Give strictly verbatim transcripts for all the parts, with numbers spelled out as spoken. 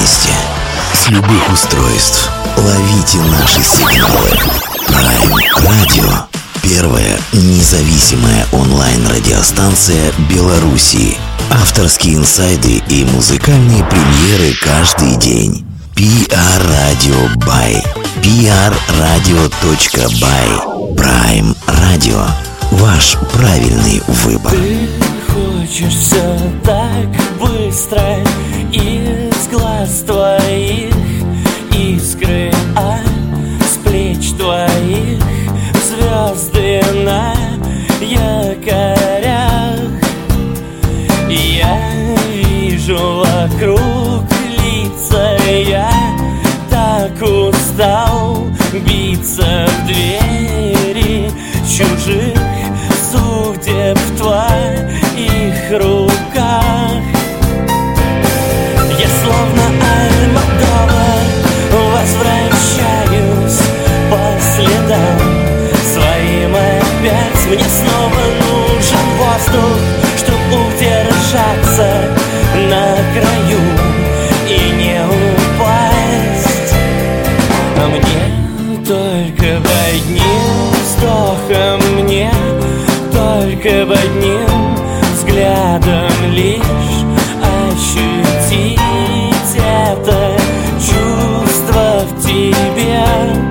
месте, с любых устройств. Ловите наши сигналы. Prime Radio. Первая независимая онлайн-радиостанция Беларуси. Авторские инсайды и музыкальные премьеры каждый день. пи ар Radio by пи ар радио точка бай. Prime Radio. Ваш правильный выбор. Ты хочешь все так быстро, из глаз твоих искры, а с плеч твоих звезды на якорях. Я вижу вокруг лица, я так устал биться в двери чужих судеб в твоих руках. Я словно Альмодовар возвращаюсь по следам своим опять. Мне снова нужен воздух, чтоб удержаться на краю и не упасть. А мне только бы одним вздохом, мне только бы одним взглядом лишь ощутить это чувство в тебе.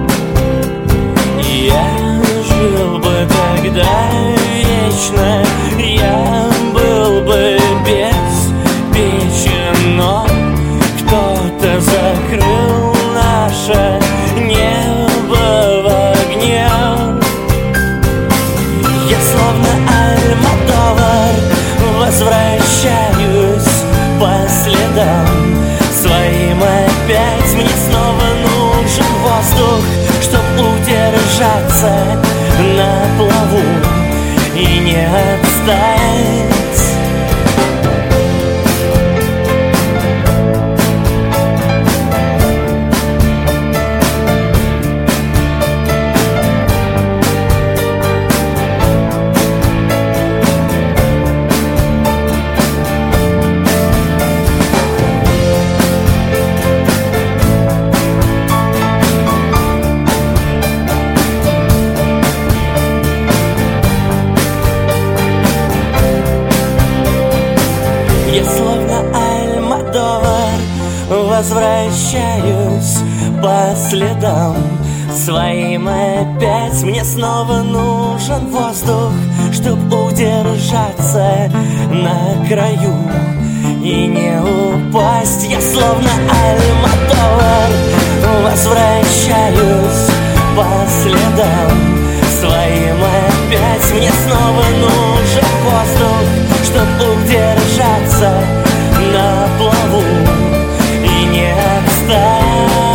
Я жил бы тогда вечно, я был бы беспечен, но кто-то закрыл наше небо в огне. Я словно Альмодовар возвращаюсь по следам своим опять. Мне снова нужен воздух, чтоб удержаться на плаву и не отстать. Я словно Альмодовар возвращаюсь по следам своим опять. Мне снова нужен воздух, чтоб удержаться на краю и не упасть. Я словно Альмодовар возвращаюсь по следам своим опять. Мне снова нужен воздух, чтоб удержаться на плаву и не отстать.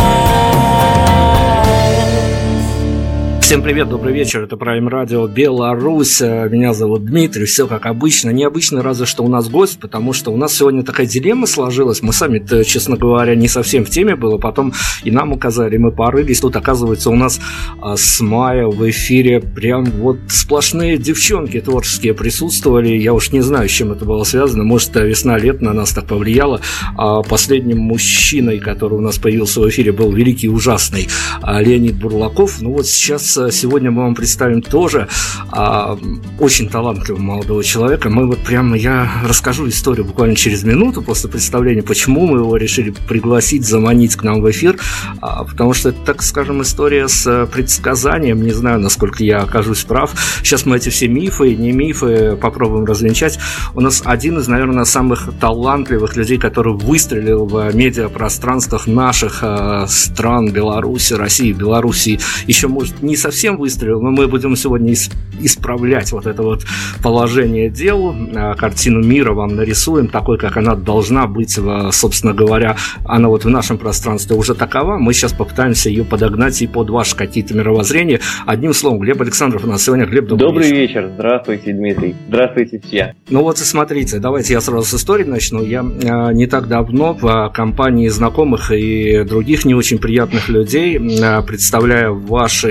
Всем привет, добрый вечер, это Prime Radio Беларусь, меня зовут Дмитрий, все как обычно, необычно разве что у нас гость, потому что у нас сегодня такая дилемма сложилась, мы сами-то, честно говоря, не совсем в теме было, потом и нам указали, мы порылись, тут оказывается у нас а, с мая в эфире прям вот сплошные девчонки творческие присутствовали, я уж не знаю, с чем это было связано, может весна-лето на нас так повлияла, а последним мужчиной, который у нас появился в эфире, был великий и ужасный а, Леонид Бурлаков, ну вот сейчас сегодня мы вам представим тоже а, очень талантливого молодого человека. Мы вот прямо, я расскажу историю буквально через минуту после представления, почему мы его решили пригласить, заманить к нам в эфир, а, потому что это, так скажем, история с предсказанием, не знаю, насколько я окажусь прав. Сейчас мы эти все мифы, не мифы попробуем развенчать. У нас один из, наверное, самых талантливых людей, который выстрелил в медиапространствах наших а, стран, Беларуси, России, Белоруссии, еще, может, не совсем выстрелил, но мы будем сегодня исправлять вот это вот положение дел. Картину мира вам нарисуем такой, как она должна быть, собственно говоря, она вот в нашем пространстве уже такова. Мы сейчас попытаемся ее подогнать и под ваши какие-то мировоззрения. Одним словом, Глеб Александров у нас сегодня. Глеб, добрый, добрый вечер. вечер. Здравствуйте, Дмитрий. Здравствуйте все. Ну вот и смотрите, давайте я сразу с истории начну. Я э, не так давно в компании знакомых и других не очень приятных людей, э, представляя ваши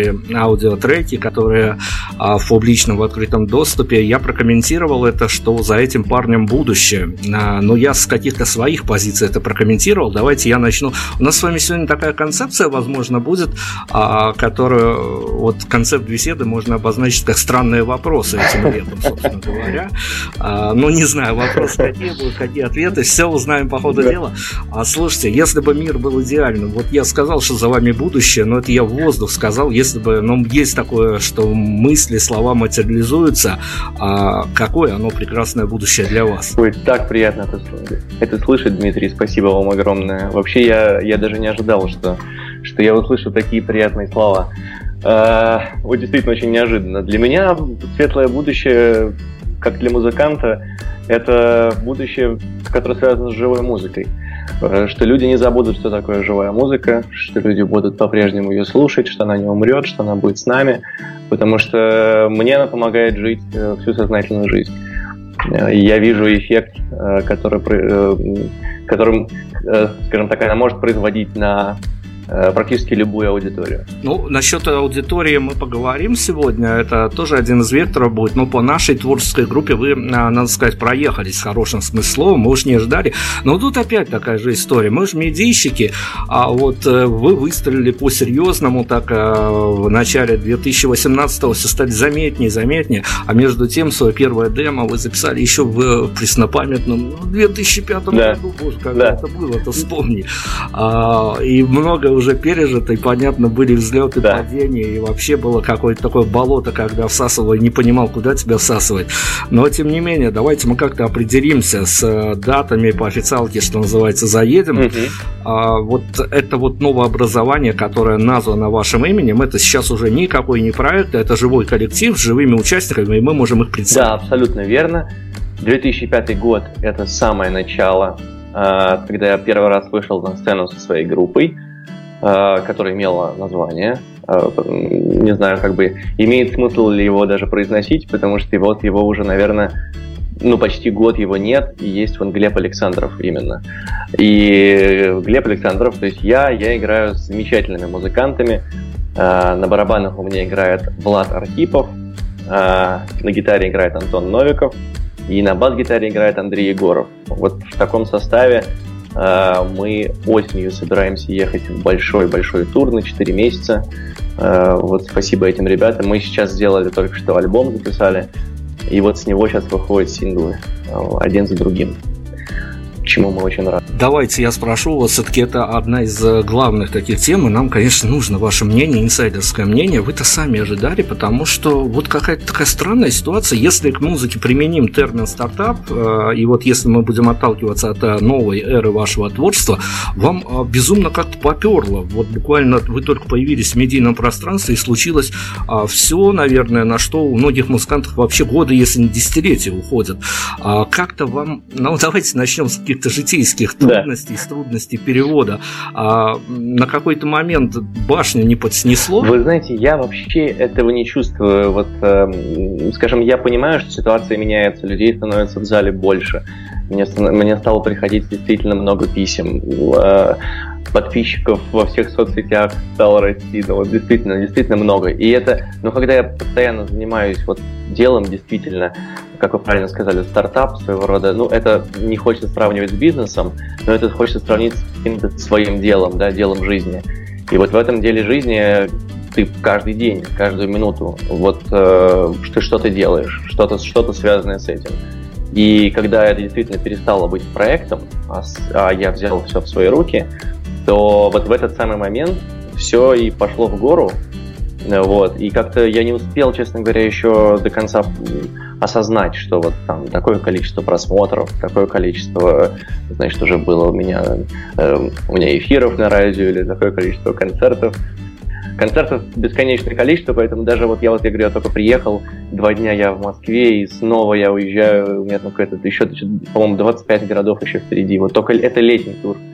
аудиотреки, которые а, в публичном, в открытом доступе. Я прокомментировал это, что за этим парнем будущее. А, но я с каких-то своих позиций это прокомментировал. Давайте я начну. У нас с вами сегодня такая концепция, возможно, будет, а, которую, вот концепт беседы можно обозначить как странные вопросы этим летом, собственно говоря. А, ну, не знаю, вопросы какие будут, какие ответы, все узнаем по ходу дела. А, слушайте, если бы мир был идеальным, вот я сказал, что за вами будущее, но это я в воздух сказал, если бы, ну, есть такое, что мысли, слова материализуются, а какое оно прекрасное будущее для вас? Ой, так приятно это, это слышать, Дмитрий, спасибо вам огромное. Вообще я, я даже не ожидал, что, что я услышу такие приятные слова. А, вот действительно очень неожиданно. Для меня светлое будущее, как для музыканта, это будущее, которое связано с живой музыкой. Что люди не забудут, что такое живая музыка, что люди будут по-прежнему ее слушать, что она не умрет, что она будет с нами, потому что мне она помогает жить всю сознательную жизнь. Я вижу эффект, который, которым, скажем так, она может производить на практически любую аудиторию. Ну, насчет аудитории мы поговорим сегодня. Это тоже один из векторов будет. Но по нашей творческой группе вы, надо сказать, проехались с хорошим смыслом. Мы уж не ждали. Но тут опять такая же история. Мы же медийщики, а вот вы выстрелили по-серьезному так в начале две тысячи восемнадцатого, все стали заметнее и заметнее. А между тем, свое первое демо вы записали еще в преснопамятном две тысячи пятом да. году. Боже, как да. это было, то вспомни. А, и много уже пережито, и, понятно, были взлеты, да. падения, и вообще было какое-то такое болото, когда всасывал и не понимал, куда тебя всасывать. Но, тем не менее, давайте мы как-то определимся с датами по официалке, что называется, заедем. Угу. А, вот это вот новое образование, которое названо вашим именем, это сейчас уже никакой не проект, это живой коллектив с живыми участниками, и мы можем их представить. Да, абсолютно верно. две тысячи пятый год – это самое начало, когда я первый раз вышел на сцену со своей группой, которая имела название. Не знаю, как бы имеет смысл ли его даже произносить, потому что вот его уже, наверное, ну почти год его нет, и есть вон Глеб Александров именно. И Глеб Александров, то есть я, я играю с замечательными музыкантами. На барабанах у меня играет Влад Архипов, на гитаре играет Антон Новиков, и на бас-гитаре играет Андрей Егоров. Вот в таком составе мы осенью собираемся ехать в большой-большой тур на четыре месяца. Вот спасибо этим ребятам. Мы сейчас сделали только что альбом, записали. И вот с него сейчас выходят синглы один за другим. Чему мы очень рады. Давайте я спрошу вас, все-таки это одна из главных таких тем, и нам, конечно, нужно ваше мнение, инсайдерское мнение. Вы-то сами ожидали, потому что вот какая-то такая странная ситуация. Если к музыке применим термин стартап, и вот если мы будем отталкиваться от новой эры вашего творчества, вам безумно как-то поперло. Вот буквально вы только появились в медийном пространстве, и случилось все, наверное, на что у многих музыкантов вообще годы, если не десятилетия уходят. Как-то вам, ну давайте начнем с каких-то житейских трудностей, да. с трудностей перевода. А на какой-то момент башню не подснесло? Вы знаете, я вообще этого не чувствую. Вот, э, скажем, я понимаю, что ситуация меняется, людей становится в зале больше. Мне, мне стало приходить действительно много писем. Э, подписчиков во всех соцсетях стало расти. Ну, вот действительно, действительно много. И это, ну, когда я постоянно занимаюсь вот делом, действительно, как вы правильно сказали, стартап своего рода, ну, это не хочется сравнивать с бизнесом, но это хочется сравнить с каким-то своим делом, да, делом жизни. И вот в этом деле жизни ты каждый день, каждую минуту, вот э, ты что-то делаешь, что-то, что-то связанное с этим. И когда это действительно перестало быть проектом, а, а я взял все в свои руки, то вот в этот самый момент все и пошло в гору. Вот. И как-то я не успел, честно говоря, еще до конца осознать, что вот там такое количество просмотров, такое количество, значит, уже было у меня, э, у меня эфиров на радио, или такое количество концертов. Концертов бесконечное количество, поэтому даже вот я вот, я говорю, я только приехал, два дня я в Москве, и снова я уезжаю, у меня там какое-то еще, по-моему, двадцать пять городов еще впереди, вот только это летний тур.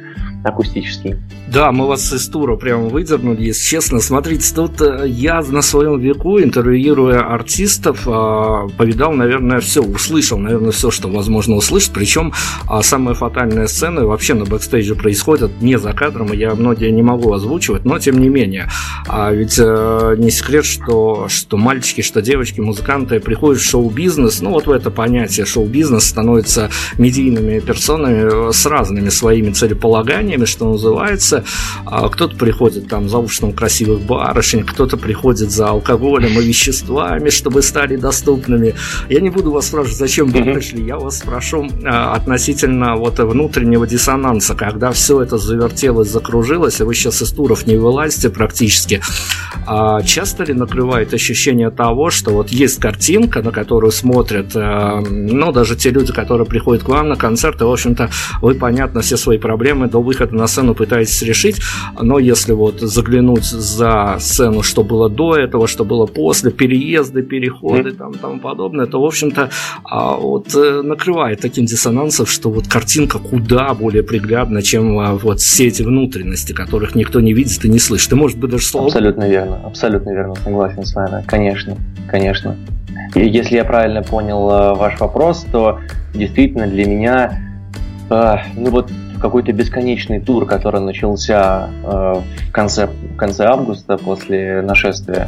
акустический. Да, мы вас из тура прямо выдернули, если честно. Смотрите, тут я на своем веку, интервьюируя артистов, повидал, наверное, все, услышал, наверное, все, что возможно услышать. Причем самые фатальные сцены вообще на бэкстейдже происходят не за кадром, и я многие не могу озвучивать, но тем не менее. А ведь не секрет, что, что мальчики, что девочки, музыканты приходят в шоу-бизнес, ну вот в это понятие шоу-бизнес становятся медийными персонами с разными своими целеполаганиями, что называется. Кто-то приходит там за ужином красивых барышень, кто-то приходит за алкоголем и веществами, чтобы стали доступными. Я не буду вас спрашивать, зачем вы mm-hmm. пришли, я вас спрошу а, относительно вот внутреннего диссонанса, когда все это завертелось, закружилось, и вы сейчас из туров не вылазите практически. А часто ли накрывает ощущение того, что вот есть картинка, на которую смотрят, а, ну, даже те люди, которые приходят к вам на концерты, в общем-то, вы, понятно, все свои проблемы до выхода на сцену пытаетесь решить, но если вот заглянуть за сцену, что было до этого, что было после, переезды, переходы, mm. там, тому подобное, то, в общем-то, а, вот накрывает таким диссонансом, что вот картинка куда более приглядна, чем а, вот все эти внутренности, которых никто не видит и не слышит. И, может быть, даже слово... Абсолютно верно, абсолютно верно, согласен с вами, конечно, конечно. И если я правильно понял э, ваш вопрос, то действительно для меня, э, ну вот, какой-то бесконечный тур, который начался э, в, конце, в конце августа после нашествия,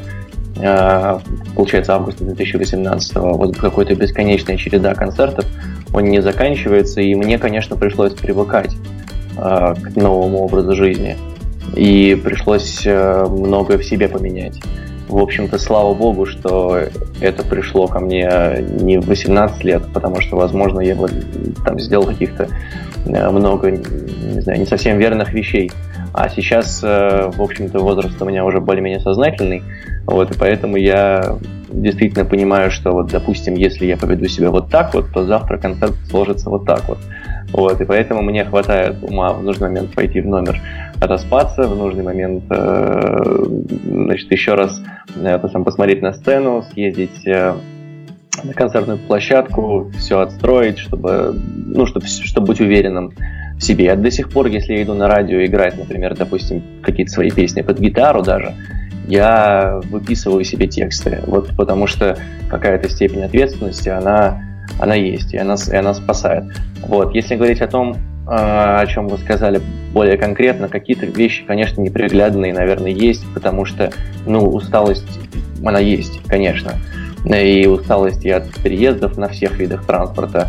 э, получается, августа две тысячи восемнадцатого, вот какой-то бесконечная череда концертов, он не заканчивается, и мне, конечно, пришлось привыкать э, к новому образу жизни, и пришлось э, многое в себе поменять. В общем-то, слава богу, что это пришло ко мне не в восемнадцать лет, потому что, возможно, я бы там сделал каких-то много, не знаю, не совсем верных вещей. А сейчас, в общем-то, возраст у меня уже более-менее сознательный, вот, и поэтому я действительно понимаю, что вот, допустим, если я поведу себя вот так вот, то завтра концерт сложится вот так вот. Вот, и поэтому мне хватает ума в нужный момент пойти в номер, отоспаться, в нужный момент, э, значит, еще раз э, посмотреть на сцену, съездить э, на концертную площадку, все отстроить, чтобы, ну, чтобы, чтобы быть уверенным в себе. Я до сих пор, если я иду на радио играть, например, допустим, какие-то свои песни под гитару даже, я выписываю себе тексты, вот, потому что какая-то степень ответственности, она, она есть, и она, и она спасает. Вот. Если говорить о том, о чем вы сказали более конкретно, какие-то вещи, конечно, неприглядные, наверное, есть, потому что, ну, усталость, она есть, конечно. И усталость и от переездов на всех видах транспорта,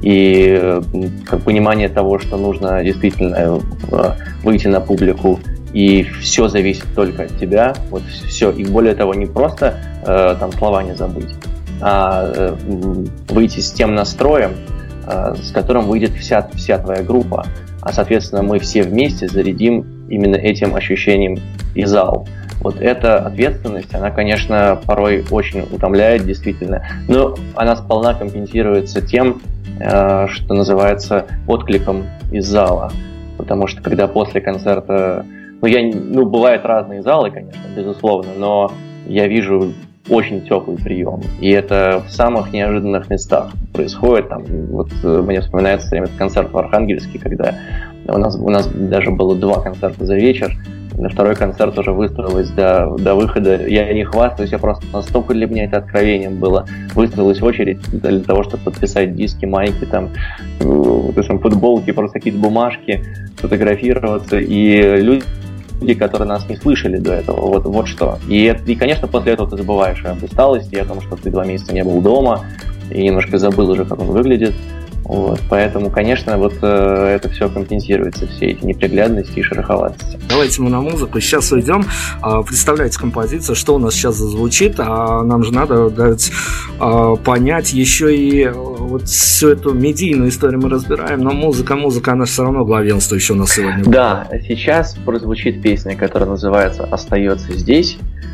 и как понимание того, что нужно действительно выйти на публику, и все зависит только от тебя, вот все, и более того, не просто э, там слова не забыть, а э, выйти с тем настроем, э, с которым выйдет вся, вся твоя группа, а, соответственно, мы все вместе зарядим именно этим ощущением и зал. Вот эта ответственность, она, конечно, порой очень утомляет, действительно, но она сполна компенсируется тем, э, что называется откликом из зала, потому что когда после концерта, ну, я, ну, бывают разные залы, конечно, безусловно, но я вижу очень теплый прием, и это в самых неожиданных местах происходит. Там, вот мне вспоминается все время концерт в Архангельске, когда у нас, у нас даже было два концерта за вечер, на второй концерт уже выстроилась до, до выхода. Я не хвастаюсь, я просто настолько для меня это откровением было. Выстроилась очередь для того, чтобы подписать диски, майки, там, футболки, просто какие-то бумажки, фотографироваться, и люди, люди, которые нас не слышали до этого, вот, вот что. И, и, конечно, после этого ты забываешь об усталости, о том, что ты два месяца не был дома, и немножко забыл уже, как он выглядит. Вот, поэтому, конечно, вот э, это все компенсируется, все эти неприглядности и шероховатости. Давайте мы на музыку сейчас уйдем. А, представляете композицию, что у нас сейчас зазвучит, а нам же надо дать а, понять еще и вот всю эту медийную историю мы разбираем, но музыка, музыка, она все равно главенствующая у нас сегодня. Да, сейчас прозвучит песня, которая называется «Остается здесь».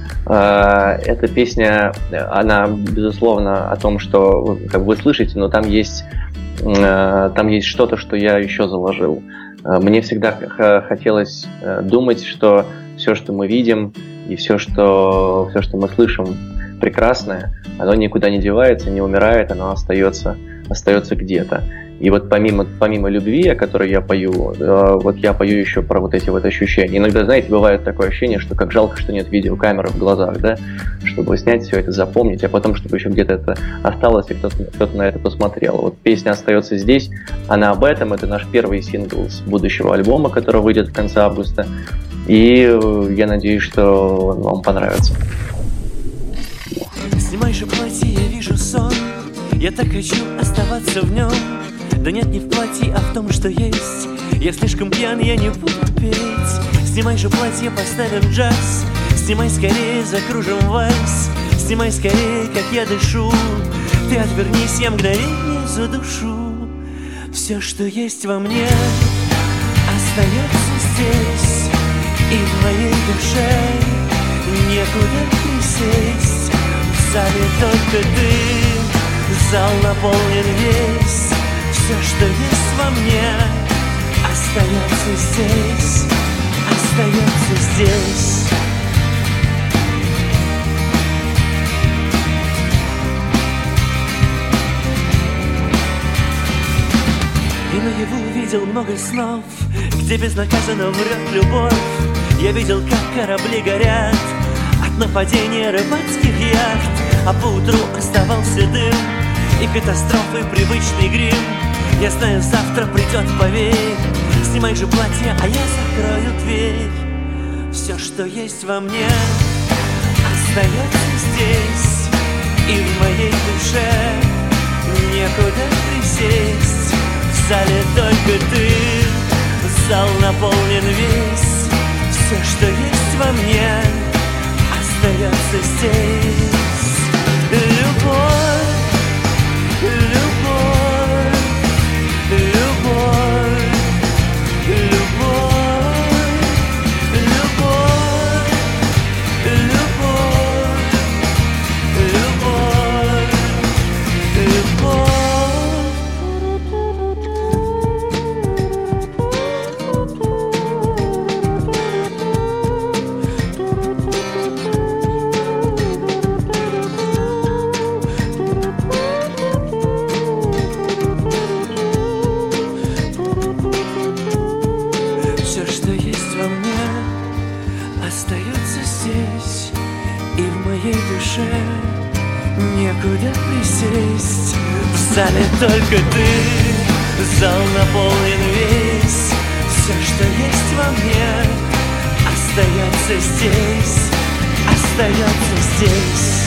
Эта песня, она, безусловно, о том, что, как вы слышите, но там есть Там есть что-то, что я еще заложил. Мне всегда хотелось думать, что все, что мы видим, и все, что, все, что мы слышим прекрасное, оно никуда не девается, не умирает, оно остается, остается где-то. И вот помимо, помимо любви, о которой я пою, э, вот я пою еще про вот эти вот ощущения. Иногда, знаете, бывает такое ощущение, что как жалко, что нет видеокамеры в глазах, да, чтобы снять все это, запомнить, а потом, чтобы еще где-то это осталось, и кто-то, кто-то на это посмотрел. Вот песня «Остается здесь», она об этом, это наш первый сингл с будущего альбома, который выйдет в конце августа, и я надеюсь, что он вам понравится. Снимай же платье, я вижу сон, я так хочу оставаться в нем. Да нет, не в платье, а в том, что есть. Я слишком пьян, я не буду петь. Снимай же платье, поставим джаз. Снимай скорее, закружим вальс. Снимай скорее, как я дышу. Ты отвернись, я мгновение задушу. Все, что есть во мне, остается здесь. И в моей душе некуда присесть. В зале только ты, зал наполнен весь. Все, что есть во мне, остается здесь, остается здесь. И наяву видел много снов, где безнаказанно врет любовь. Я видел, как корабли горят от нападения рыбацких яхт, а поутру оставался дым и катастрофы привычный грим. Я знаю, завтра придет, поверь. Снимай же платье, а я закрою дверь. Все, что есть во мне, остается здесь. И в моей душе некуда присесть. В зале только ты, зал наполнен весь. Все, что есть во мне, остается здесь. Любовь, любовь, любовь, любовь, любовь, любовь, любовь, некуда присесть. В зале только ты, зал наполнен весь. Все, что есть во мне, остается здесь, остается здесь.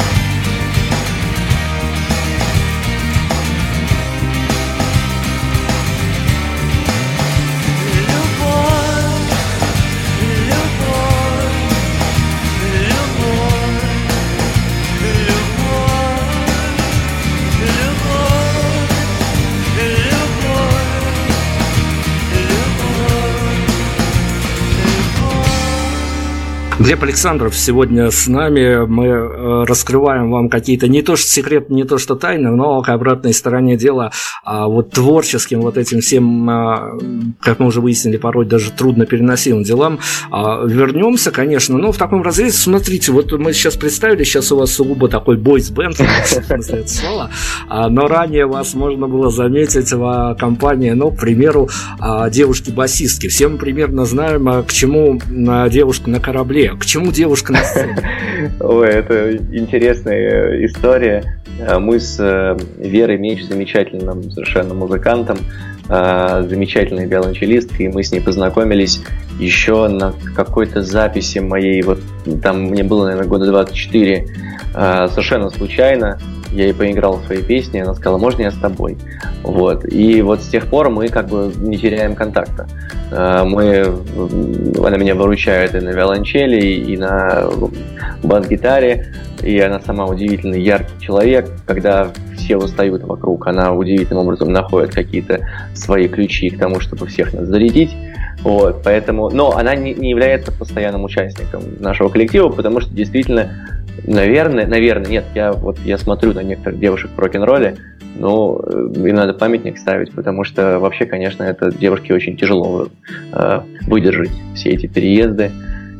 Глеб Александров сегодня с нами. Мы раскрываем вам какие-то не то что секреты, не то что тайны, но к обратной стороне дела, а вот творческим вот этим всем, как мы уже выяснили, порой даже трудно переносимым делам. Вернемся, конечно, но в таком разрезе. Смотрите, вот мы сейчас представили, сейчас у вас сугубо такой бойс-бенд, в смысле это слово, но ранее вас можно было заметить в компании, ну, к примеру, девушки-басистки. Все мы примерно знаем, к чему девушка на корабле. К чему девушка на сцене? Ой, это интересная история. Мы с Верой Меч, замечательным совершенно музыкантом, замечательной виолончелисткой, мы с ней познакомились еще на какой-то записи моей, вот там мне было, наверное, года двадцать четыре, совершенно случайно. Я ей поиграл в свои песни, она сказала, можно я с тобой? Вот. И вот с тех пор мы как бы не теряем контакта. Мы, она меня выручает и на виолончели, и на бас-гитаре, и она сама удивительный, яркий человек. Когда все устают вокруг, она удивительным образом находит какие-то свои ключи к тому, чтобы всех нас зарядить. Вот, поэтому, но она не, не является постоянным участником нашего коллектива, потому что действительно, наверное, наверное, нет, я вот я смотрю на некоторых девушек в рок-н-ролле, но им надо памятник ставить, потому что вообще, конечно, это девушке очень тяжело э, выдержать все эти переезды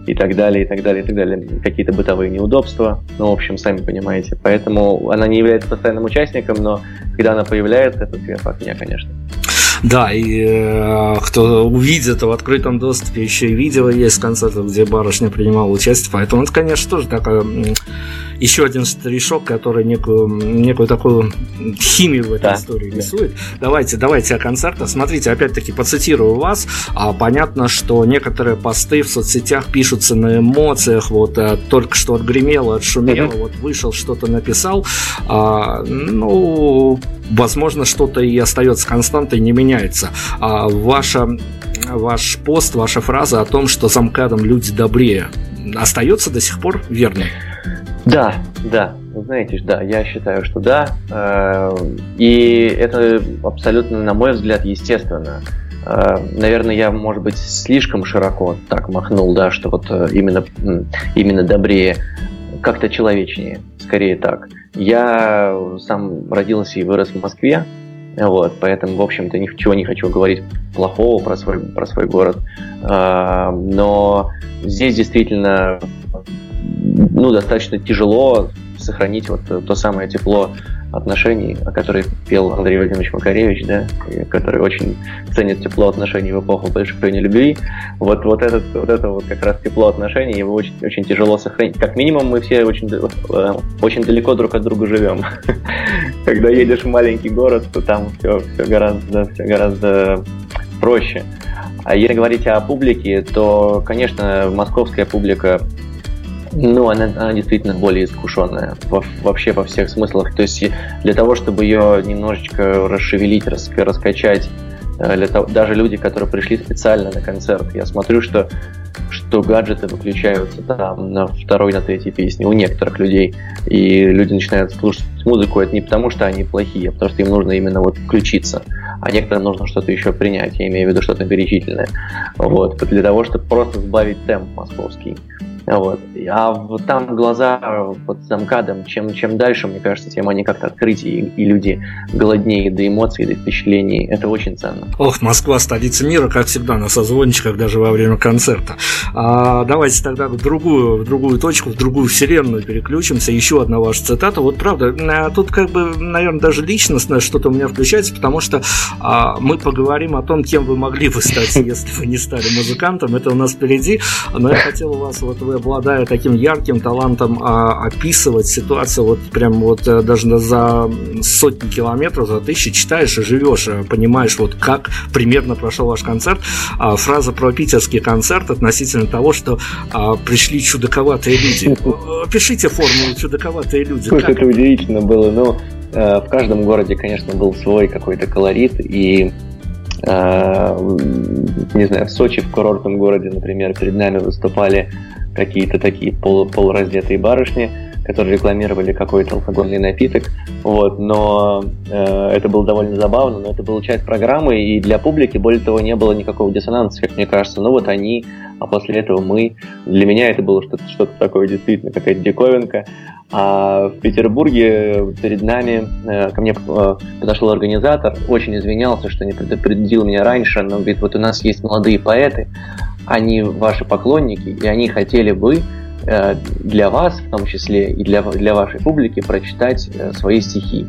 и так далее, и так далее, и так далее. Какие-то бытовые неудобства, ну, в общем, сами понимаете. Поэтому она не является постоянным участником, но когда она появляется, это сверх от меня, конечно. Да, и э, кто увидит в открытом доступе, еще и видео есть с концерта, где барышня принимала участие, поэтому это, конечно, тоже такая, еще один штришок, который некую, некую такую химию в этой да, истории да. рисует. Давайте, давайте о концертах. Смотрите, опять-таки поцитирую вас. А, понятно, что некоторые посты в соцсетях пишутся на эмоциях, вот а, только что отгремело, отшумело, mm-hmm. вот вышел, что-то написал. А, ну, возможно, что-то и остается константой, не меняется. А ваша, ваш пост, ваша фраза о том, что за МКАДом люди добрее, остается до сих пор верной? Да, да, вы знаете, да, я считаю, что да, и это абсолютно, на мой взгляд, естественно. Наверное, я, может быть, слишком широко так махнул, да, что вот именно, именно добрее, как-то человечнее, скорее так. Я сам родился и вырос в Москве, вот, поэтому, в общем-то, ничего не хочу говорить плохого про свой, про свой город, но здесь действительно, ну, достаточно тяжело сохранить вот то самое тепло отношений, о которых пел Андрей Владимирович Макаревич, да, который очень ценит тепло отношений в эпоху большой нелюбви. Вот, вот, этот, вот это вот как раз тепло отношений, его очень, очень тяжело сохранить. Как минимум, мы все очень, очень далеко друг от друга живем. Когда едешь в маленький город, то там все, все, гораздо, все гораздо проще. А если говорить о публике, то, конечно, московская публика, ну, она, она действительно более искушенная во, вообще во всех смыслах. То есть для того, чтобы ее немножечко расшевелить, рас, раскачать, для того, даже люди, которые пришли специально на концерт, я смотрю, что, что гаджеты выключаются там на второй, на третьей песне у некоторых людей, и люди начинают слушать музыку. Это не потому, что они плохие, а потому что им нужно именно вот включиться, а некоторым нужно что-то еще принять, я имею в виду что-то горячительное, вот, для того, чтобы просто сбавить темп московский. Вот. А там глаза под МКАДом, чем, чем дальше, мне кажется, тем они как-то открытие, и, и люди голоднее до эмоций, до впечатлений. Это очень ценно. Ох, Москва, столица мира, как всегда, на созвончиках даже во время концерта. А, давайте тогда в другую, в другую точку, в другую вселенную переключимся. Еще одна ваша цитата. Вот правда, тут как бы, наверное, даже личностное что-то у меня включается, потому что а, мы поговорим о том, кем вы могли бы стать, если вы не стали музыкантом. Это у нас впереди. Но я хотел у вас вот в обладая таким ярким талантом а, описывать ситуацию вот прям вот а, даже за сотни километров, за тысячи читаешь и живешь, а, понимаешь вот как примерно прошел ваш концерт. А, фраза про питерский концерт относительно того, что а, пришли чудаковатые люди. Пишите формулу «чудаковатые люди». Как это удивительно было, но э, в каждом городе, конечно, был свой какой-то колорит, и э, не знаю, в Сочи, в курортном городе, например, перед нами выступали какие-то такие пол, полураздетые барышни, которые рекламировали какой-то алкогольный напиток, вот, но э, это было довольно забавно, но это была часть программы, и для публики, более того, не было никакого диссонанса, как мне кажется. Ну вот они, а после этого мы. Для меня это было что-то, что-то такое, действительно, какая-то диковинка. А в Петербурге перед нами э, ко мне э, подошел организатор, очень извинялся, что не предупредил меня раньше, но говорит, вот у нас есть молодые поэты, они ваши поклонники, и они хотели бы э, для вас, в том числе и для, для вашей публики, прочитать э, свои стихи.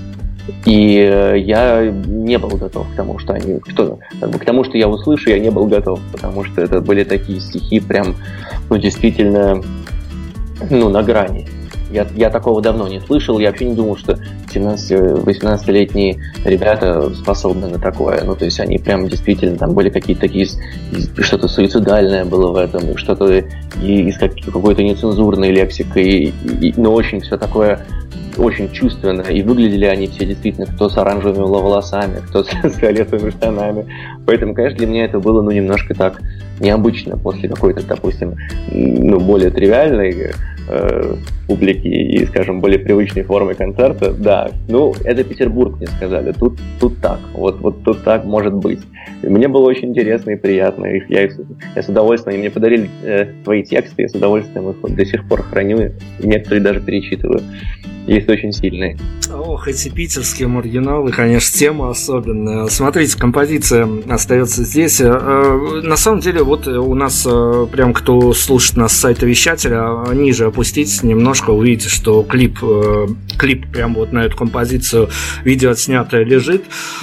И э, я не был готов к тому, что они, что, как бы, к тому, что я услышу, я не был готов, потому что это были такие стихи прям, ну, действительно, ну, на грани. Я, я такого давно не слышал, я вообще не думал, что семнадцати-восемнадцатилетние ребята способны на такое. Ну, то есть они прям действительно, там были какие-то такие, что-то суицидальное было в этом, что-то и, и с какой-то нецензурной лексикой, и, и, но очень все такое, очень чувственно, и выглядели они все действительно, кто с оранжевыми волосами, кто с, с фиолетовыми штанами. Поэтому, конечно, для меня это было, ну, немножко так необычно после какой-то, допустим, ну, более тривиальной э, публики и, скажем, более привычной формы концерта. Да, ну, это Петербург, мне сказали, тут, тут так, вот, вот тут так может быть. И мне было очень интересно и приятно, их, я, я с удовольствием, мне подарили э, свои тексты, я с удовольствием их вот до сих пор храню, и некоторые даже перечитываю. есть очень сильные. Ох, эти питерские маргиналы, конечно, тема особенная. Смотрите, композиция остается здесь. На самом деле, вот у нас прям кто слушает нас с сайта вещателя, ниже опуститесь немножко, увидите, что клип, клип прям вот на эту композицию, видео отснятое лежит.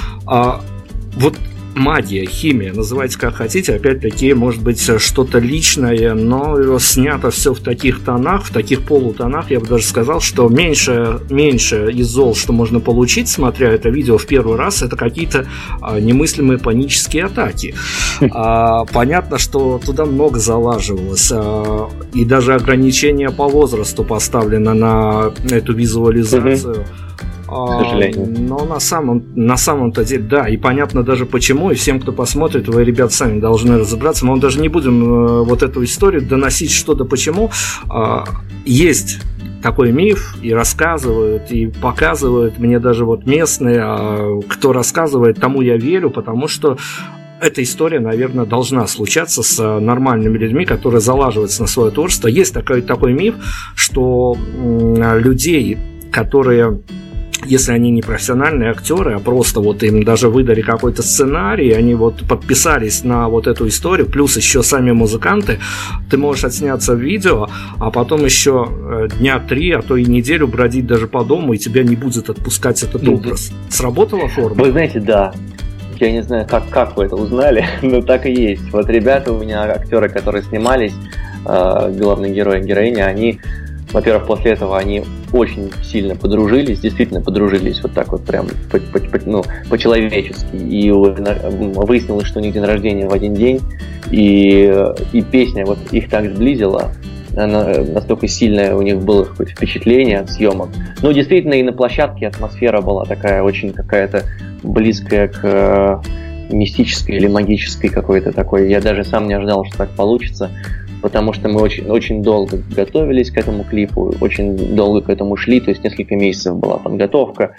Вот магия, химия, называйте как хотите, опять-таки, может быть, что-то личное, но снято все в таких тонах, в таких полутонах, я бы даже сказал, что меньше, меньше из зол, что можно получить, смотря это видео в первый раз, это какие-то а, немыслимые панические атаки. А, понятно, что туда много залаживалось, а, и даже ограничение по возрасту поставлено на эту визуализацию. К сожалению. Но на самом, на самом-то деле, да, и понятно даже почему, и всем, кто посмотрит, вы, ребят, сами должны разобраться. Мы даже не будем э, вот эту историю доносить что-то почему. Э, есть такой миф, и рассказывают, и показывают, мне даже вот местные, э, кто рассказывает, тому я верю, потому что эта история, наверное, должна случаться с нормальными людьми, которые залаживаются на свое творчество. Есть такой, такой миф, что э, людей, которые... Если они не профессиональные актеры, а просто вот им даже выдали какой-то сценарий, они вот подписались на вот эту историю, плюс еще сами музыканты, ты можешь отсняться в видео, а потом еще дня три, а то и неделю бродить даже по дому, и тебя не будет отпускать этот образ. Сработала форма? Вы знаете, да. Я не знаю, как, как вы это узнали, но так и есть. Вот ребята у меня, актеры, которые снимались, э, главные герои и героини, они... Во-первых, после этого они очень сильно подружились, действительно подружились вот так вот прям по, по, по, ну, по-человечески. И выяснилось, что у них день рождения в один день, и, и песня вот их так сблизила, она, настолько сильное у них было какое-то впечатление от съемок. Ну, действительно, и на площадке атмосфера была такая очень какая-то близкая к мистической или магической какой-то такой. Я даже сам не ожидал, что так получится. Потому что мы очень, очень долго готовились к этому клипу, очень долго к этому шли, то есть несколько месяцев была подготовка,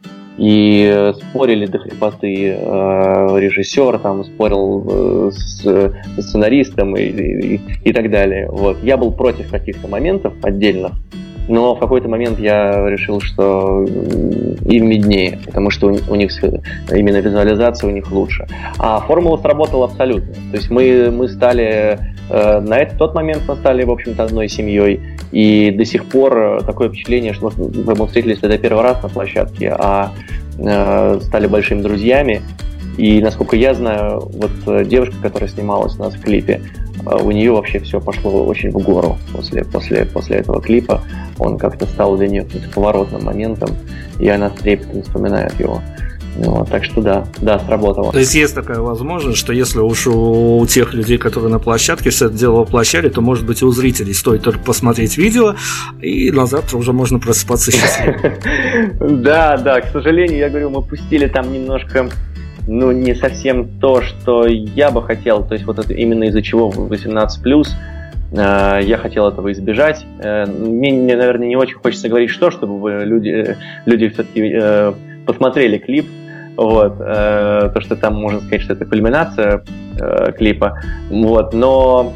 и спорили до хрипоты э, режиссер, там спорил э, с, с сценаристом и, и, и так далее. Вот. Я был против каких-то моментов отдельных, но в какой-то момент я решил, что им виднее, потому что у, у них именно визуализация у них лучше. А формула сработала абсолютно. То есть мы, мы стали... На этот тот момент мы стали, в общем-то, одной семьей, и до сих пор такое впечатление, что мы встретились тогда первый раз на площадке, а э, стали большими друзьями. И, насколько я знаю, вот девушка, которая снималась у нас в клипе, у нее вообще все пошло очень в гору после, после, после этого клипа. Он как-то стал для нее каким-то поворотным моментом, и она с трепетом вспоминает его. Вот, так что да, да, сработало. То есть есть такая возможность, что если уж у, у тех людей, которые на площадке все это дело воплощали, то, может быть, и у зрителей стоит только посмотреть видео, и на завтра уже можно просыпаться счастливым. Да, да, к сожалению, я говорю, мы пустили там немножко, ну, не совсем то, что я бы хотел, то есть вот это именно из-за чего восемнадцать плюс, я хотел этого избежать. Мне, наверное, не очень хочется говорить что, чтобы люди, люди все-таки посмотрели клип. Вот, э, то, что там можно сказать, что это кульминация э, клипа, вот, но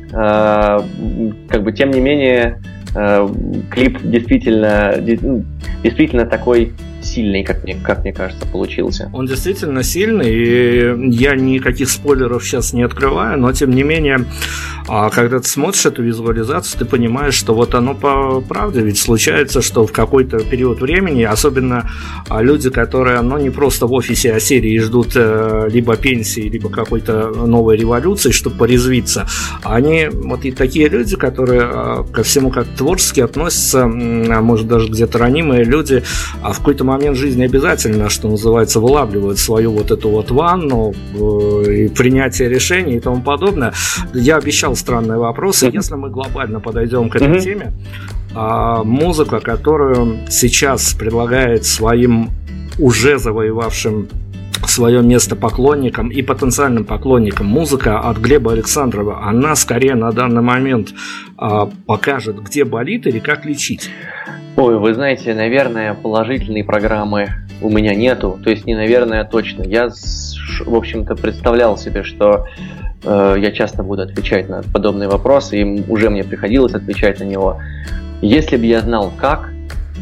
э, как бы тем не менее э, клип действительно, действительно такой сильный, как мне, как мне кажется, получился. Он действительно сильный, и я никаких спойлеров сейчас не открываю, но тем не менее, когда ты смотришь эту визуализацию, ты понимаешь, что вот оно по правде ведь случается, что в какой-то период времени, особенно люди, которые, ну, не просто в офисе, а серии ждут либо пенсии, либо какой-то новой революции, чтобы порезвиться, они вот и такие люди, которые ко всему как творчески относятся, а может даже где-то ранимые люди, а в какой-то момент жизни обязательно, что называется, вылавливают свою вот эту вот ванну э, и принятие решений и тому подобное. Я обещал странные вопросы. Если мы глобально подойдем к этой mm-hmm. теме, э, музыка, которую сейчас предлагает своим уже завоевавшим свое место поклонникам и потенциальным поклонникам, музыка от Глеба Александрова, она скорее на данный момент а, покажет, где болит или как лечить. Ой, вы знаете, наверное, положительной программы у меня нету, то есть не наверное, а точно. Я, в общем-то, представлял себе, что э, я часто буду отвечать на подобные вопросы, и уже мне приходилось отвечать на него. Если бы я знал как,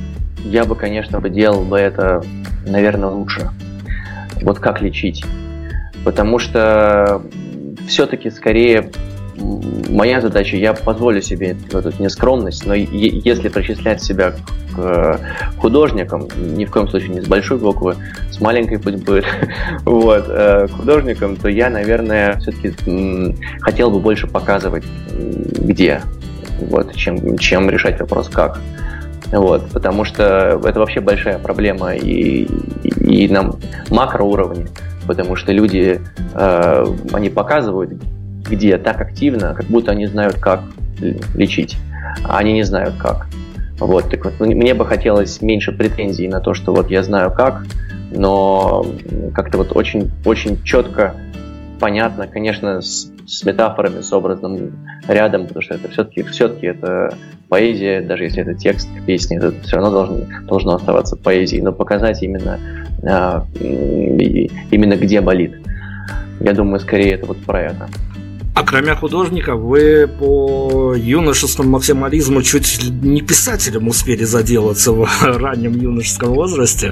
я бы, конечно, бы делал бы это, наверное, лучше. Вот как лечить. Потому что все-таки скорее моя задача, я позволю себе эту нескромность, но если причислять себя к художникам, ни в коем случае не с большой буквы, с маленькой пусть будет, вот, к художникам, то я, наверное, все-таки хотел бы больше показывать, где, вот, чем, чем решать вопрос как. Вот, потому что это вообще большая проблема и, и на макроуровне, потому что люди, э, они показывают, где так активно, как будто они знают, как лечить, а они не знают, как. Вот, так вот, мне бы хотелось меньше претензий на то, что вот я знаю как, но как-то вот очень, очень четко, понятно, конечно, с, с метафорами, с образным рядом, потому что это все-таки, все-таки это поэзия, даже если это текст песни, это все равно должно, должно оставаться поэзией, но показать именно, а, именно где болит. Я думаю, скорее это вот про это. А кроме художника, вы по юношескому максимализму чуть не писателем успели заделаться в раннем юношеском возрасте.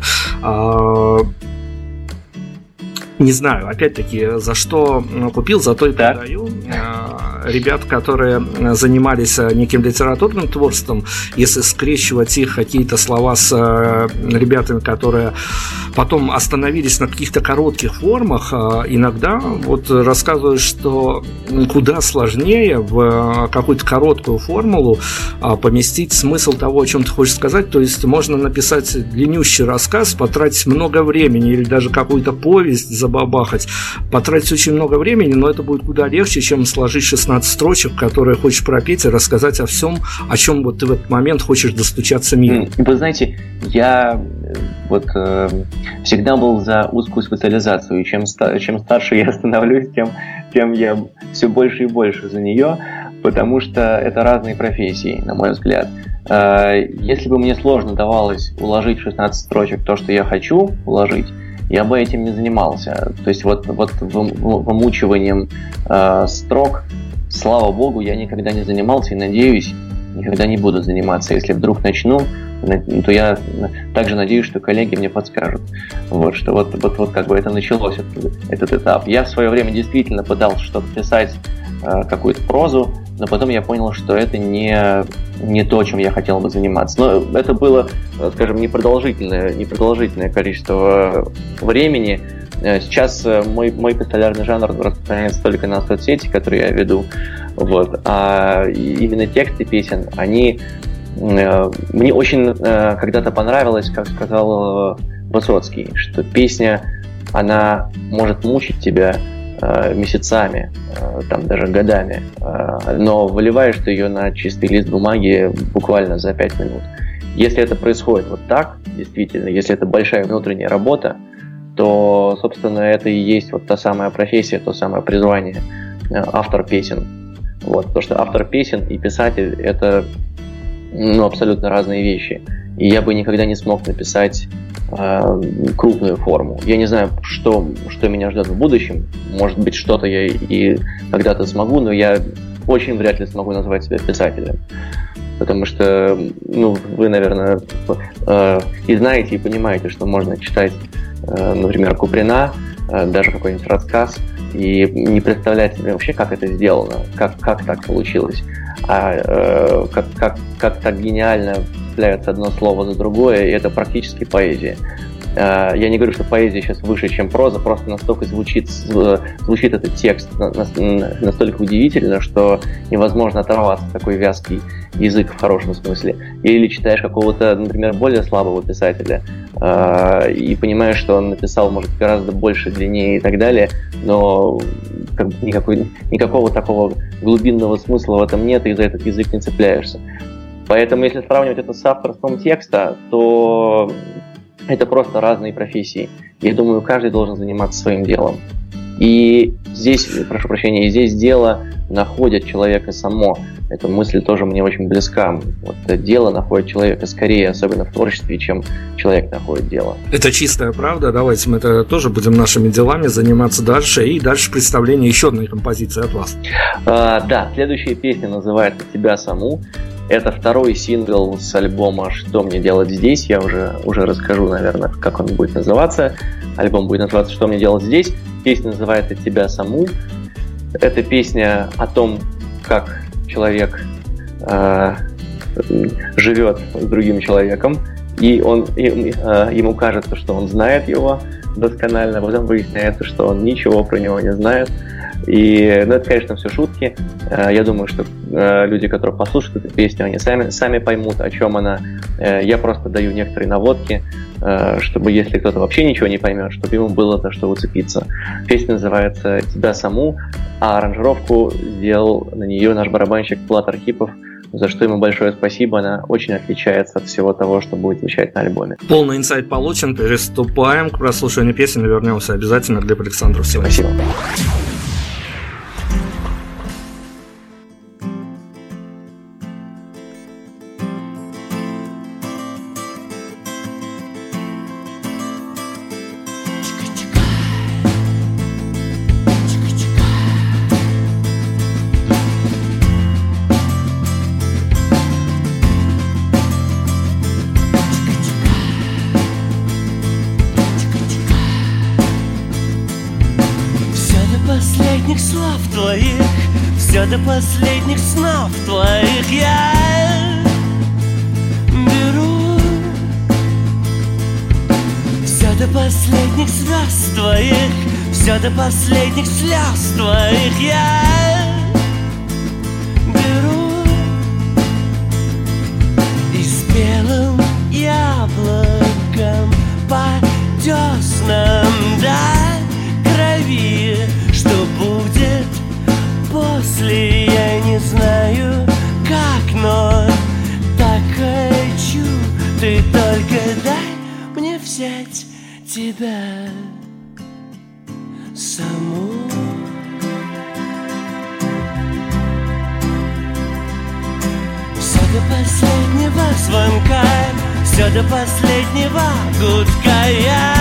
Не знаю, опять-таки, за что купил, за то и продаю. Ребят, которые занимались неким литературным творчеством, если скрещивать их какие-то слова с ребятами, которые потом остановились на каких-то коротких формах, иногда вот рассказывают, что куда сложнее в какую-то короткую формулу поместить смысл того, о чем ты хочешь сказать. То есть можно написать длиннющий рассказ, потратить много времени или даже какую-то повесть забабахать, потратить очень много времени, но это будет куда легче, чем сложить шестнадцать строчек, которые хочешь пропеть и рассказать о всем, о чем вот ты в этот момент хочешь достучаться миру. Вы знаете, я вот э, всегда был за узкую специализацию, и чем, чем старше я становлюсь, тем, тем я все больше и больше за нее, потому что это разные профессии, на мой взгляд. Э, если бы мне сложно давалось уложить в шестнадцать строчек то, что я хочу уложить, я бы этим не занимался. То есть вот, вот вымучиванием э, строк, слава богу, я никогда не занимался и, надеюсь, никогда не буду заниматься. Если вдруг начну, то я также надеюсь, что коллеги мне подскажут. Вот, что вот, вот, вот как бы это началось, этот, этот этап. Я в свое время действительно пытался что-то писать, э, какую-то прозу, но потом я понял, что это не, не то, чем я хотел бы заниматься. Но это было, скажем, непродолжительное, непродолжительное количество времени. Сейчас мой, мой популярный жанр распространяется только на соцсети, которые я веду. Вот. А именно тексты песен, они... Мне очень когда-то понравилось, как сказал Высоцкий, что песня, она может мучить тебя месяцами, там даже годами, но выливаешь ты ее на чистый лист бумаги буквально за пять минут. Если это происходит вот так, действительно, если это большая внутренняя работа, то, собственно, это и есть вот та самая профессия, то самое призвание, автор песен. Вот, потому что автор песен и писатель – это, ну, абсолютно разные вещи. И я бы никогда не смог написать э, крупную форму. Я не знаю, что, что меня ждет в будущем. Может быть, что-то я и когда-то смогу, но я очень вряд ли смогу назвать себя писателем. Потому что, ну, вы, наверное, э, и знаете, и понимаете, что можно читать, э, например, Куприна, э, даже какой-нибудь рассказ, и не представлять себе вообще, как это сделано, как, как так получилось, а э, как, как, как так гениально цепляется одно слово за другое, и это практически поэзия. Э, я не говорю, что поэзия сейчас выше, чем проза, просто настолько звучит, звучит этот текст настолько удивительно, что невозможно оторваться, такой вязкий язык в хорошем смысле. Или читаешь какого-то, например, более слабого писателя э, и понимаешь, что он написал, может, гораздо больше, длиннее и так далее, но как бы никакой, никакого такого глубинного смысла в этом нет, и за этот язык не цепляешься. Поэтому, если сравнивать это с авторством текста, то это просто разные профессии. Я думаю, каждый должен заниматься своим делом. И здесь, прошу прощения, и здесь дело находит человека само. Эта мысль тоже мне очень близка. Вот дело находит человека скорее, особенно в творчестве, чем человек находит дело. Это чистая правда. Давайте мы это тоже будем нашими делами заниматься дальше. И дальше представление еще одной композиции от вас. А, да, следующая песня называется «Тебя саму». Это второй сингл с альбома «Что мне делать здесь». Я уже, уже расскажу, наверное, как он будет называться. Альбом будет называться «Что мне делать здесь». Песня называется «Тебя саму». Это песня о том, как человек э, живет с другим человеком, и он, и, э, ему кажется, что он знает его досконально, а потом выясняется, что он ничего про него не знает. И, ну, это, конечно, все шутки. Я думаю, что люди, которые послушают эту песню, они сами, сами поймут, о чем она. Я просто даю некоторые наводки, чтобы, если кто-то вообще ничего не поймет, чтобы ему было за что уцепиться. Песня называется «Тебя саму», а аранжировку сделал на нее наш барабанщик Влад Архипов, за что ему большое спасибо. Она очень отличается от всего того, что будет звучать на альбоме. Полный инсайт получен. Приступаем к прослушиванию песни. Вернемся обязательно. Глеб Александров сегодня. Спасибо. Последних слов твоих, все до последних снов твоих я беру. Все до последних звезд твоих, все до последних слез твоих я беру. И с белым яблоком по деснам до крови. Что будет после, я не знаю как, но так хочу. Ты только дай мне взять тебя саму. Все до последнего звонка, все до последнего гудка я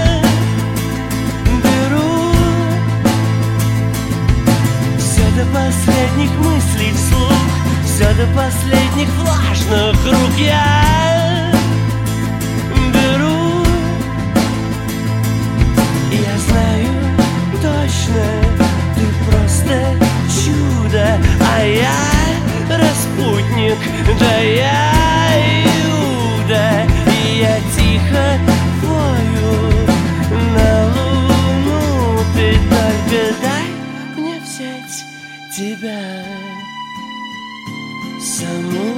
до последних мыслей вслух, все до последних влажных рук я беру. И я знаю точно, ты просто чудо, а я распутник, да я Иуда. И я тихо вою на луну, ты только дай мне взять тебя саму.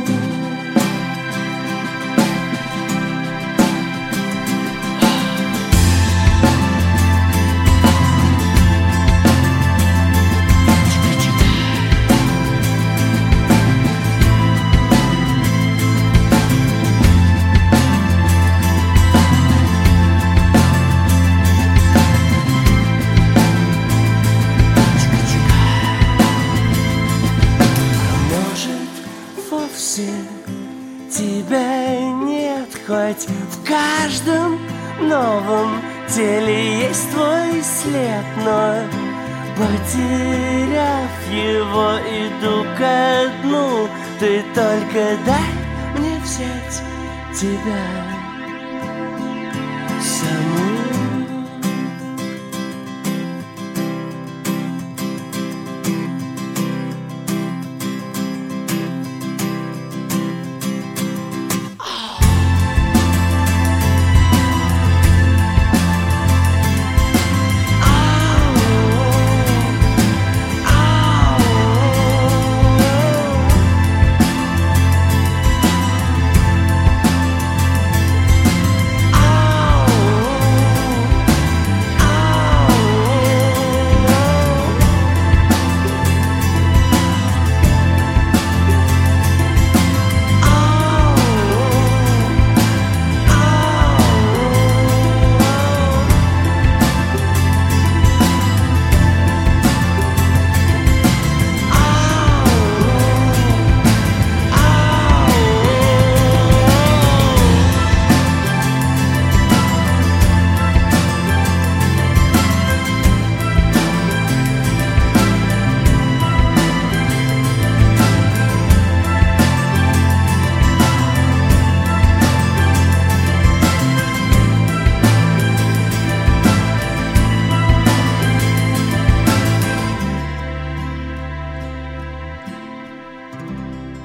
Тебя нет, хоть в каждом новом теле есть твой след, но потеряв его, иду ко дну. Ты только дай мне взять тебя саму.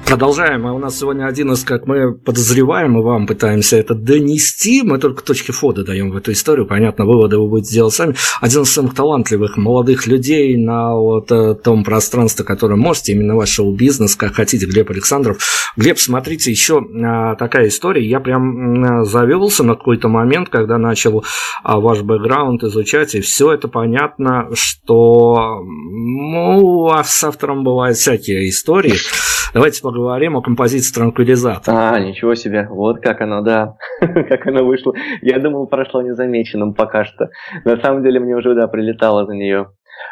Продолжаем. У нас сегодня один из, как мы подозреваем, и вам пытаемся это донести. Мы только точки входа даем в эту историю. Понятно, выводы вы будете делать сами. Один из самых талантливых молодых людей на вот том пространстве, которое можете, именно ваш шоу-бизнес, как хотите, Глеб Александров. Глеб, смотрите, еще такая история. Я прям завелся на какой-то момент, когда начал ваш бэкграунд изучать, и все это понятно, что ну, у вас с автором бывают всякие истории. Давайте поговорим о композиции «Транквилизатор». А, ничего себе, вот как оно, да, как оно вышло. Я думал, прошло незамеченным пока что. На самом деле мне уже, да, прилетало за нее.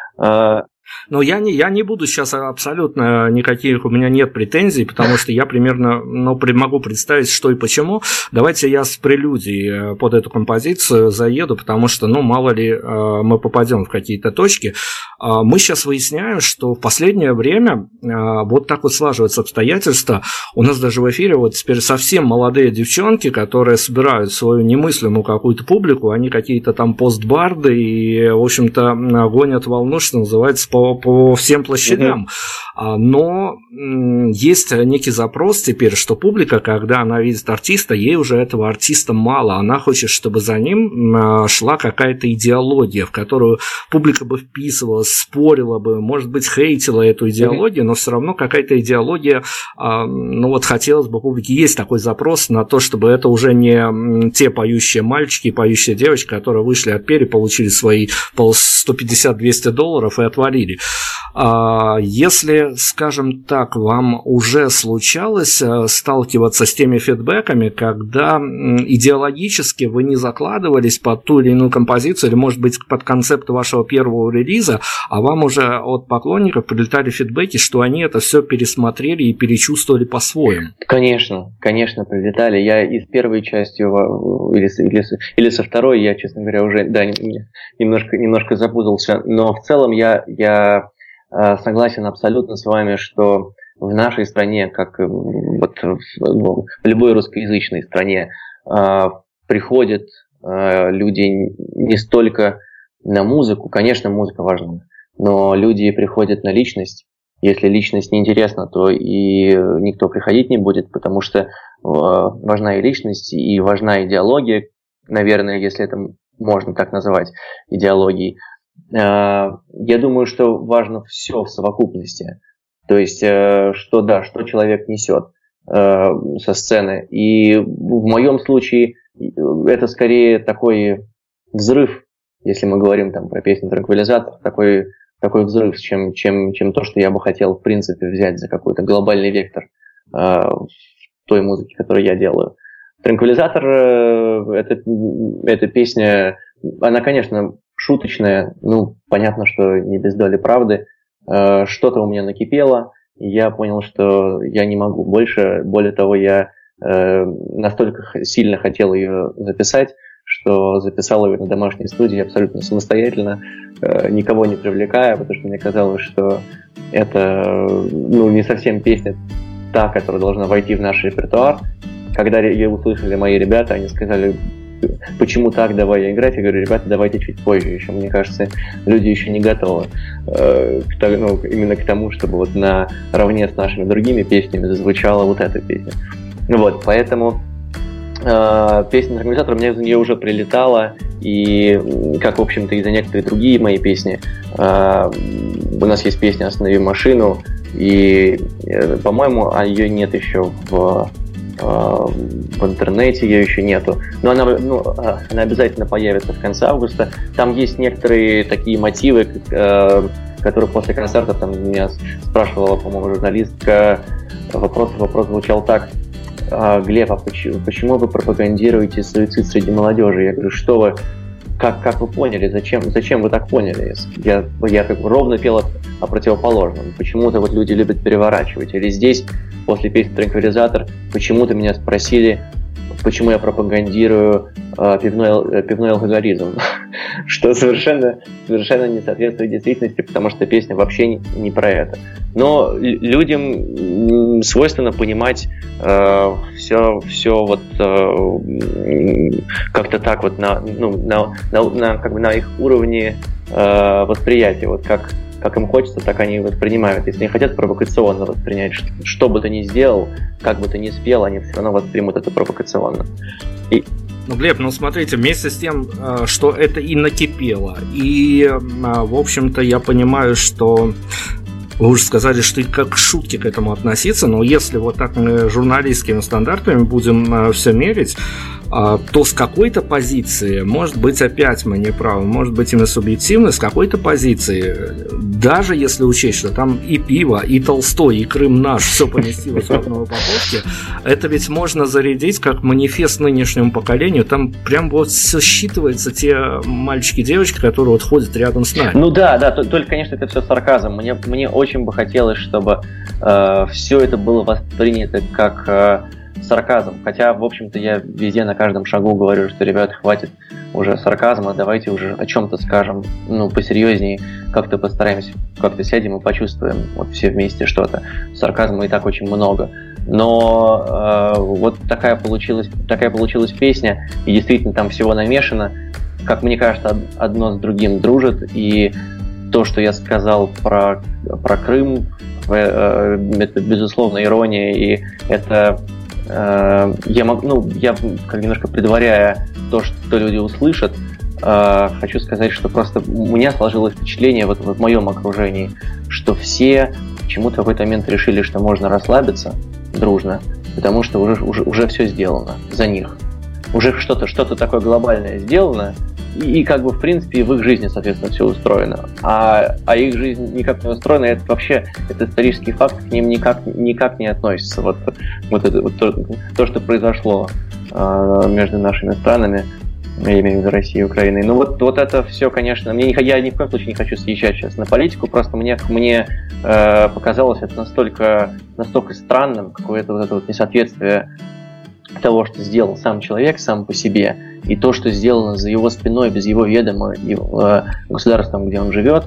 Но я не, я не буду сейчас абсолютно никаких, у меня нет претензий, потому что я примерно ну, могу представить, что и почему. Давайте я с прелюдией под эту композицию заеду, потому что, ну, мало ли мы попадем в какие-то точки. Мы сейчас выясняем, что в последнее время вот так вот слаживаются обстоятельства. У нас даже в эфире вот теперь совсем молодые девчонки, которые собирают свою немыслимую какую-то публику, они какие-то там постбарды и, в общем-то, гонят волну, что называется, по, по всем площадям. Mm-hmm. Но есть некий запрос теперь, что публика, когда она видит артиста, ей уже этого артиста мало. Она хочет, чтобы за ним шла какая-то идеология, в которую публика бы вписывалась, спорила бы, может быть, хейтила эту идеологию, mm-hmm. но все равно какая-то идеология, ну вот хотелось бы публике, есть такой запрос на то, чтобы это уже не те поющие мальчики, поющие девочки, которые вышли от пери, получили свои сто пятьдесят-двести долларов и отвалили. Если, скажем так, вам уже случалось сталкиваться с теми фидбэками, когда идеологически вы не закладывались под ту или иную композицию, или, может быть, под концепт вашего первого релиза, а вам уже от поклонников прилетали фидбэки, что они это все пересмотрели и перечувствовали по-своему? Конечно, конечно, прилетали. Я и с первой частью, или, или, или со второй, я, честно говоря, уже да, немножко, немножко запутался, но в целом я... я согласен абсолютно с вами, что в нашей стране, как вот в любой русскоязычной стране, приходят люди не столько на музыку, конечно, музыка важна, но люди приходят на личность. Если личность неинтересна, то и никто приходить не будет, потому что важна и личность, и важна идеология, наверное, если это можно так называть, идеологией. Я думаю, что важно все в совокупности. То есть, что да, что человек несет со сцены. И в моем случае это скорее такой взрыв, если мы говорим там про песню «Транквилизатор», такой, такой взрыв, чем, чем, чем то, что я бы хотел в принципе взять за какой-то глобальный вектор той музыки, которую я делаю. «Транквилизатор» — это, эта песня, она, конечно, шуточная, ну, понятно, что не без доли правды. Э, что-то у меня накипело, и я понял, что я не могу больше. Более того, я э, настолько сильно хотел ее записать, что записал ее на домашней студии абсолютно самостоятельно, э, никого не привлекая, потому что мне казалось, что это ну, не совсем песня та, которая должна войти в наш репертуар. Когда ее услышали мои ребята, они сказали: почему так, давай играть? Я говорю: ребята, давайте чуть позже еще. Мне кажется, люди еще не готовы э, к, ну, именно к тому, чтобы вот наравне с нашими другими песнями зазвучала вот эта песня. Ну вот, поэтому э, песня «Транквилизатор» мне за нее уже прилетала, и как, в общем-то, и за некоторые другие мои песни. Э, у нас есть песня «Останови машину», и, э, по-моему, а ее нет еще в... в интернете, ее еще нету, но она, ну, она обязательно появится в конце августа. Там есть некоторые такие мотивы, которые после концерта там меня спрашивала, по-моему, журналистка. Вопрос, вопрос звучал так: Глеб, а почему, почему вы пропагандируете суицид среди молодежи? Я говорю: что вы, как, как вы поняли, зачем, зачем вы так поняли? Я, я как бы ровно пел о, о противоположном. Почему-то вот люди любят переворачивать. Или здесь, после песни «Транквилизатор», почему-то меня спросили, почему я пропагандирую э, пивной, э, пивной алкоголизм. Что совершенно, совершенно не соответствует действительности, потому что песня вообще не, не про это. Но людям свойственно понимать э, все, все вот э, как-то так вот на, ну, на, на, на, как бы на их уровне э, восприятия. Вот как, как им хочется, так они воспринимают. Если не хотят провокационно воспринять, что, что бы ты ни сделал, как бы ты ни спел, они все равно воспримут это провокационно. И... Ну, Глеб, ну смотрите, вместе с тем, что это и накипело, и, в общем-то, я понимаю, что вы уже сказали, что и как к шутке к этому относиться, но если вот так мы журналистскими стандартами будем все мерить, то с какой-то позиции, может быть, опять мы не правы, может быть, именно субъективно, с какой-то позиции, даже если учесть, что там и пиво, и Толстой, и Крым наш, все поместилось в одной упаковке, это ведь можно зарядить как манифест нынешнему поколению, там прям вот все считывается, те мальчики, девочки, которые вот ходят рядом с нами. Ну да, да, только, конечно, это все сарказм. Мне, мне очень бы хотелось, чтобы э, все это было воспринято как... Э, сарказм, хотя, в общем-то, я везде на каждом шагу говорю, что, ребят, хватит уже сарказма, давайте уже о чем-то скажем, ну, посерьезнее, как-то постараемся, как-то сядем и почувствуем вот все вместе что-то. Сарказма и так очень много. Но э, вот такая получилась, такая получилась песня, и действительно там всего намешано, как мне кажется, одно с другим дружит, и то, что я сказал про, про Крым, э, это, безусловно, ирония, и это Я могу, ну, я как немножко предваряя то, что люди услышат, хочу сказать, что просто у меня сложилось впечатление вот в моем окружении, что все почему-то в какой-то момент решили, что можно расслабиться дружно, потому что уже, уже, уже все сделано за них. Уже что-то, что-то такое глобальное сделано, и, и как бы в принципе в их жизни, соответственно, все устроено. А, а их жизнь никак не устроена, это вообще это исторический факт, к ним никак, никак не относится. Вот, вот, это, вот то, то, что произошло э, между нашими странами, я имею в виду Россией и Украиной. Ну вот, вот это все, конечно, мне, я ни в коем случае не хочу съезжать сейчас на политику, просто мне, мне э, показалось это настолько, настолько странным, какое-то вот это вот несоответствие того, что сделал сам человек сам по себе, и то, что сделано за его спиной, без его ведома и э, государством, где он живет,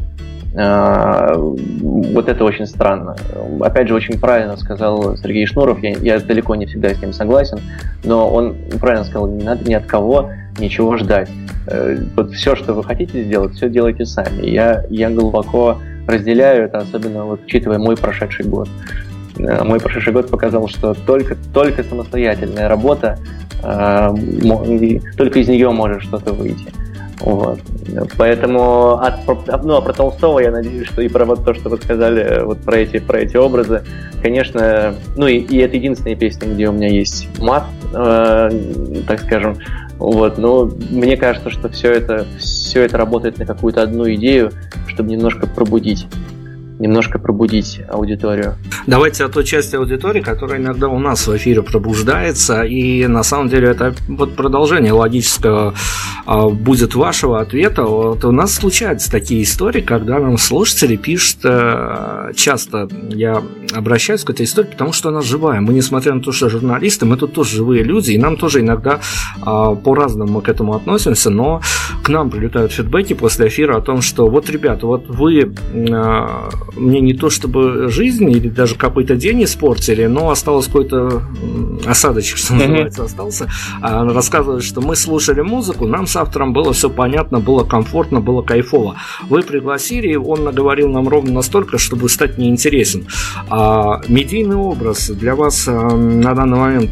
э, вот это очень странно. Опять же, очень правильно сказал Сергей Шнуров, я, я далеко не всегда с ним согласен, но он правильно сказал, не надо ни от кого ничего ждать. Э, вот все, что вы хотите сделать, все делайте сами. Я, я глубоко разделяю это, особенно вот, учитывая мой прошедший год. Мой прошедший год показал, что только, только самостоятельная работа, э, только из нее может что-то выйти. Вот. Поэтому от, ну, а про Толстого я надеюсь, что и про вот то, что вы сказали, вот про эти, про эти образы, конечно, ну и, и это единственная песня, где у меня есть мат, э, так скажем. Вот, но мне кажется, что все это, все это работает на какую-то одну идею, чтобы немножко пробудить. немножко пробудить аудиторию. Давайте о той части аудитории, которая иногда у нас в эфире пробуждается, и на самом деле это вот продолжение логического а, будет вашего ответа. Вот у нас случаются такие истории, когда нам слушатели пишут, а, часто я обращаюсь к этой истории, потому что она живая. Мы, несмотря на то, что журналисты, мы тут тоже живые люди, и нам тоже иногда а, по-разному к этому относимся, но к нам прилетают фидбэки после эфира о том, что вот, ребята, вот вы а, мне не то чтобы жизнь или даже какой-то день испортили, но осталось какой-то осадочек, что называется, остался. А рассказывают, что мы слушали музыку, нам с автором было все понятно, было комфортно, было кайфово. Вы пригласили, он наговорил нам ровно настолько, чтобы стать неинтересен. А медийный образ для вас на данный момент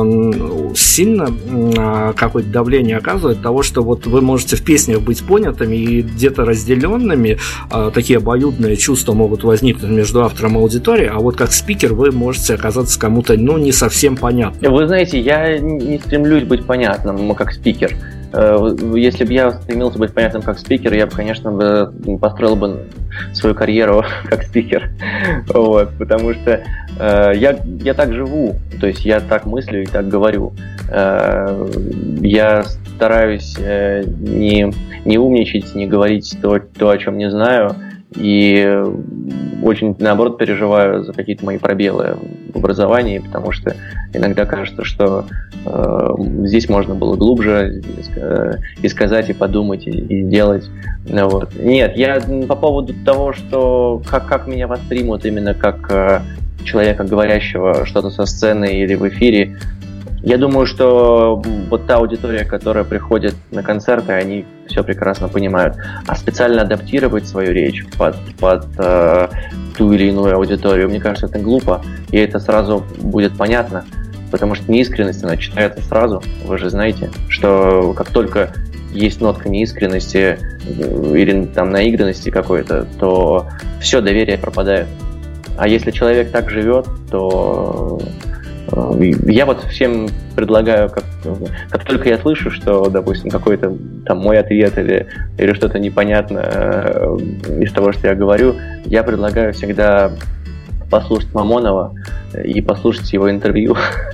сильно какое-то давление оказывает того, что вот вы можете в песнях быть понятыми и где-то разделенными, такие обоюдные чувства могут возникнуть между автором и аудиторией, а вот как спикер вы можете оказаться кому-то, ну, не совсем понятным. Вы знаете, я не стремлюсь быть понятным как спикер. Если бы я стремился быть понятным как спикер, я бы, конечно, построил бы свою карьеру как спикер. Вот, потому что э, я, я так живу, то есть я так мыслю и так говорю. Э, я стараюсь э, не, не умничать, не говорить то, то, о чем не знаю, и очень, наоборот, переживаю за какие-то мои пробелы в образовании, потому что иногда кажется, что э, здесь можно было глубже э, и сказать, и подумать, и, и сделать. Вот. Нет, я по поводу того, что как, как меня воспримут именно как э, человека, говорящего что-то со сцены или в эфире, Я думаю, что вот та аудитория, которая приходит на концерты, они все прекрасно понимают. А специально адаптировать свою речь под, под э, ту или иную аудиторию, мне кажется, это глупо. И это сразу будет понятно, потому что неискренность, она читается сразу. Вы же знаете, что как только есть нотка неискренности или там наигранности какой-то, то все, доверие пропадает. А если человек так живет, то я вот всем предлагаю, как, как только я слышу, что, допустим, какой-то там мой ответ или, или что-то непонятно из того, что я говорю, я предлагаю всегда послушать Мамонова и послушать его интервью.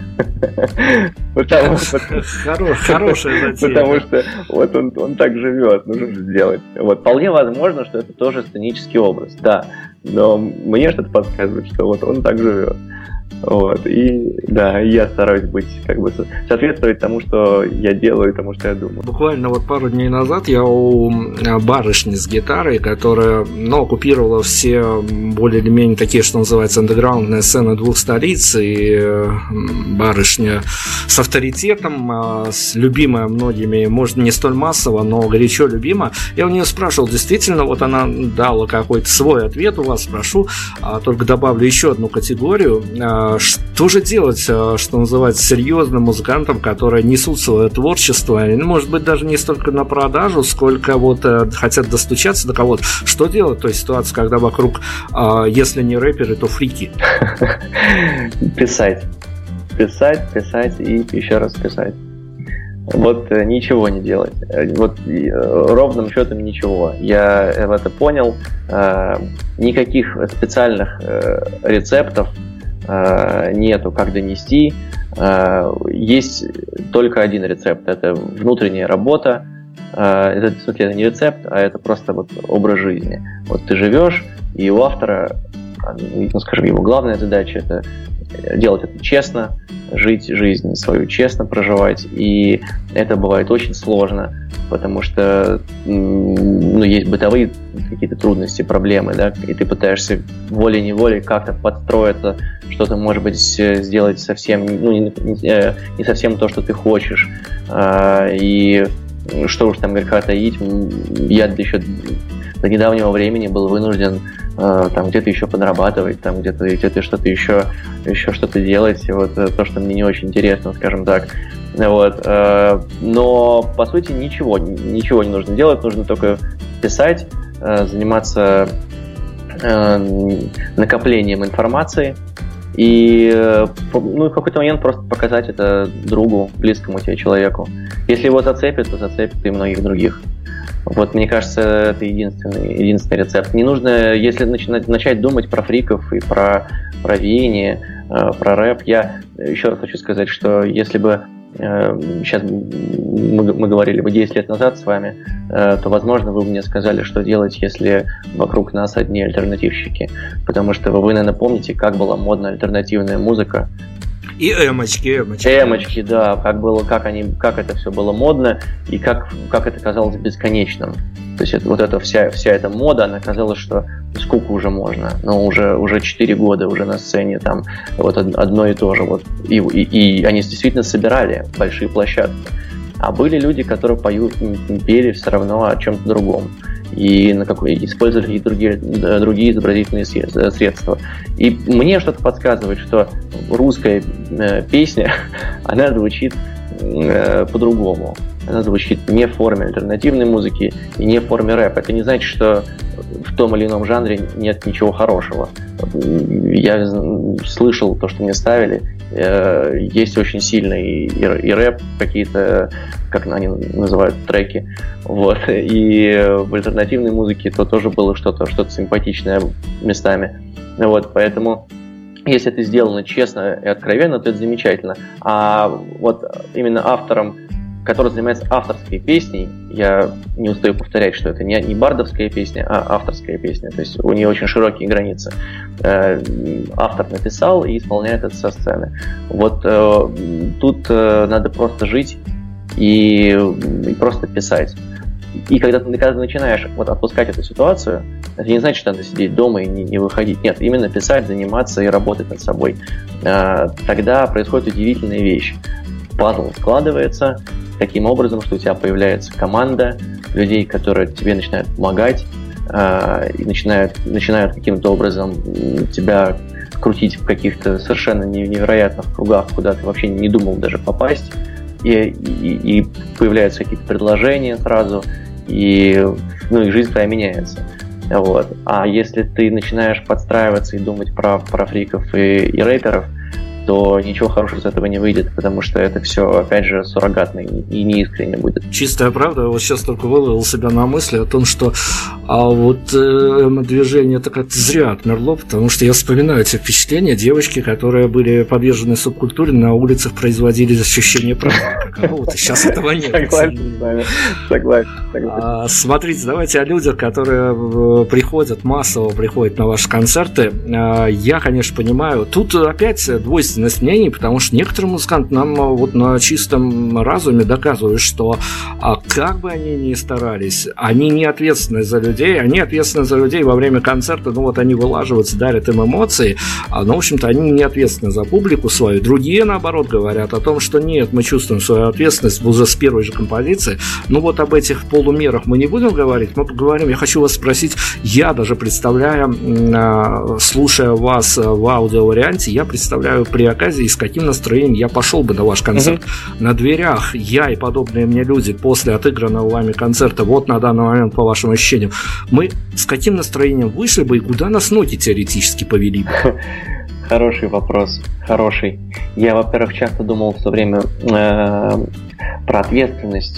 Хорошая затея. Потому что вот он, он так живет, нужно же сделать. Вот, вполне возможно, что это тоже сценический образ, да. Но мне что-то подсказывает, что вот он так живет. Вот, и да, я стараюсь быть, как бы, соответствовать тому, что я делаю, тому, что я думаю. Буквально вот пару дней назад я у барышни с гитарой, которая, ну, оккупировала все более или менее такие, что называется, андеграундные сцены двух столиц, и барышня с авторитетом, с любимая многими, может, не столь массово, но горячо любима. Я у нее спрашивал, действительно, вот она дала какой-то свой ответ, у вас спрошу, только добавлю еще одну категорию. Что же делать, что называется, серьезным музыкантам, которые несут свое творчество, и, может быть, даже не столько на продажу, сколько вот хотят достучаться до кого-то. Что делать в той ситуации, когда вокруг, если не рэперы, то фрики? Писать. Писать, писать и еще раз писать. Вот ничего не делать. Вот ровным счетом ничего. Я это понял. Никаких специальных рецептов нету, как донести. Есть только один рецепт. Это внутренняя работа. Это, в смысле, это не рецепт, а это просто вот образ жизни. Вот ты живешь, и у автора, ну, скажем, его главная задача — это делать это честно, жить жизнь свою честно, проживать. И это бывает очень сложно, потому что, ну, есть бытовые какие-то трудности, проблемы, да, и ты пытаешься волей-неволей как-то подстроиться, что-то, может быть, сделать совсем, ну, не, не совсем то, что ты хочешь. И что уж там греха таить, я еще до недавнего времени был вынужден там где-то еще подрабатывать, там где-то, где-то что-то еще, еще что-то делать, вот то, что мне не очень интересно, скажем так. Вот. Но, по сути, ничего, ничего не нужно делать, нужно только писать, заниматься накоплением информации и, ну, в какой-то момент просто показать это другу, близкому тебе человеку. Если его зацепит, то зацепит и многих других. Вот, мне кажется, это единственный, единственный рецепт. Не нужно, если начинать, начать думать про фриков и про, про веяние, э, про рэп, я еще раз хочу сказать, что если бы э, сейчас мы, мы говорили бы десять лет назад с вами, э, то, возможно, вы бы мне сказали, что делать, если вокруг нас одни альтернативщики. Потому что вы, наверное, помните, как была модна альтернативная музыка. И эмочки, эмочки. Эмочки, да, как было, как они, как это все было модно и как, как это казалось бесконечным. То есть это, вот эта вся, вся эта мода, она казалась, что сколько уже можно, но уже уже четыре года уже на сцене там вот одно и то же, вот и, и, и они действительно собирали большие площадки. А были люди, которые поют, пели все равно о чем-то другом. И на какой, использовали и другие, другие изобразительные средства. И мне что-то подсказывает, что русская э, песня, она звучит э, по-другому. Она звучит не в форме альтернативной музыки и не в форме рэпа. Это не значит, что в том или ином жанре нет ничего хорошего. Я слышал то, что мне ставили. Есть очень сильный и, и рэп, какие-то, как они называют, треки. Вот. И в альтернативной музыке то тоже было что-то, что-то симпатичное местами. Вот. Поэтому, если это сделано честно и откровенно, то это замечательно. А вот именно автором, который занимается авторской песней, я не устаю повторять, что это не, не бардовская песня, а авторская песня. То есть у нее очень широкие границы. Э, автор написал и исполняет это со сцены. Вот э, тут э, надо просто жить и, и просто писать. И когда ты, когда ты начинаешь вот отпускать эту ситуацию, это не значит, что надо сидеть дома и не, не выходить. Нет, именно писать, заниматься и работать над собой. Э, тогда происходит удивительная вещь. пазл складывается таким образом, что у тебя появляется команда людей, которые тебе начинают помогать, э, и начинают, начинают каким-то образом тебя крутить в каких-то совершенно невероятных кругах, куда ты вообще не думал даже попасть, и, и, и появляются какие-то предложения сразу, и, ну, и жизнь твоя меняется. Вот. А если ты начинаешь подстраиваться и думать про, про фриков и, и рэперов, то ничего хорошего из этого не выйдет, потому что это все, опять же, суррогатно и неискренне будет. Чистая правда, я вот сейчас только выловил себя на мысли о том, что а вот э, эмо-движение это как-то зря отмерло, потому что я вспоминаю эти впечатления, девочки, которые были подвержены субкультуре, на улицах производили ощущение праздника какого-то, сейчас этого нет. Согласен с вами, согласен. А, смотрите, давайте о людях, которые приходят, массово приходят на ваши концерты. А, я, конечно, понимаю, тут опять двойственность мнений, потому что некоторые музыканты нам вот на чистом разуме доказывают, что а как бы они ни старались, они не ответственны за людей, они ответственны за людей во время концерта, ну вот они вылаживаются, дарят им эмоции, а, ну, в общем-то, они не ответственны за публику свою. Другие, наоборот, говорят о том, что нет, мы чувствуем свою ответственность уже с первой же композиции. Ну вот об этих полумерах мы не будем говорить, мы поговорим. Я хочу вас спросить, я даже представляю, слушая вас в аудиоварианте, я представляю при оказии, с каким настроением я пошел бы на ваш концерт. Mm-hmm. На дверях я и подобные мне люди после отыгранного вами концерта, вот на данный момент, по вашим ощущениям, мы с каким настроением вышли бы и куда нас ноги теоретически повели бы? Хороший вопрос, хороший. Я, во-первых, часто думал в то время э, про ответственность.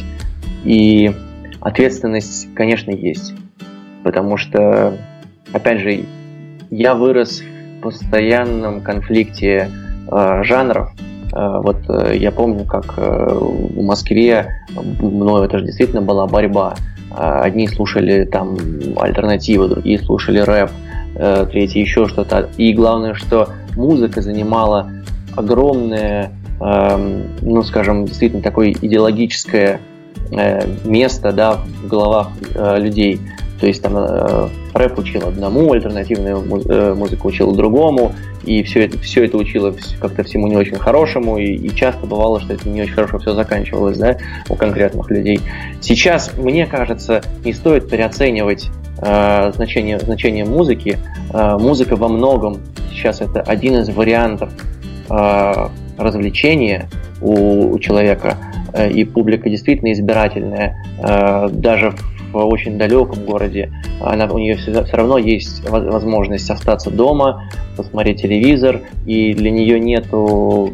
И ответственность, конечно, есть. Потому что, опять же, я вырос в постоянном конфликте э, жанров. Э, вот э, я помню, как э, в Москве мною это же действительно была борьба. Э, одни слушали там альтернативу, другие слушали рэп, э, третьи еще что-то. И главное, что музыка занимала огромное, э, ну, скажем, действительно такое идеологическое э, место, да, в головах э, людей. То есть там э, рэп учил одному, альтернативную муз- э, музыку учил другому, и все это, все это учило как-то всему не очень хорошему, и, и часто бывало, что это не очень хорошо все заканчивалось, да, у конкретных людей. Сейчас, мне кажется, не стоит переоценивать э, значение, значение музыки. Э, музыка во многом сейчас это один из вариантов э, развлечения у, у человека, э, и публика действительно избирательная, э, даже в очень далеком городе, она, у нее все, все равно есть возможность остаться дома, посмотреть телевизор, и для нее нету...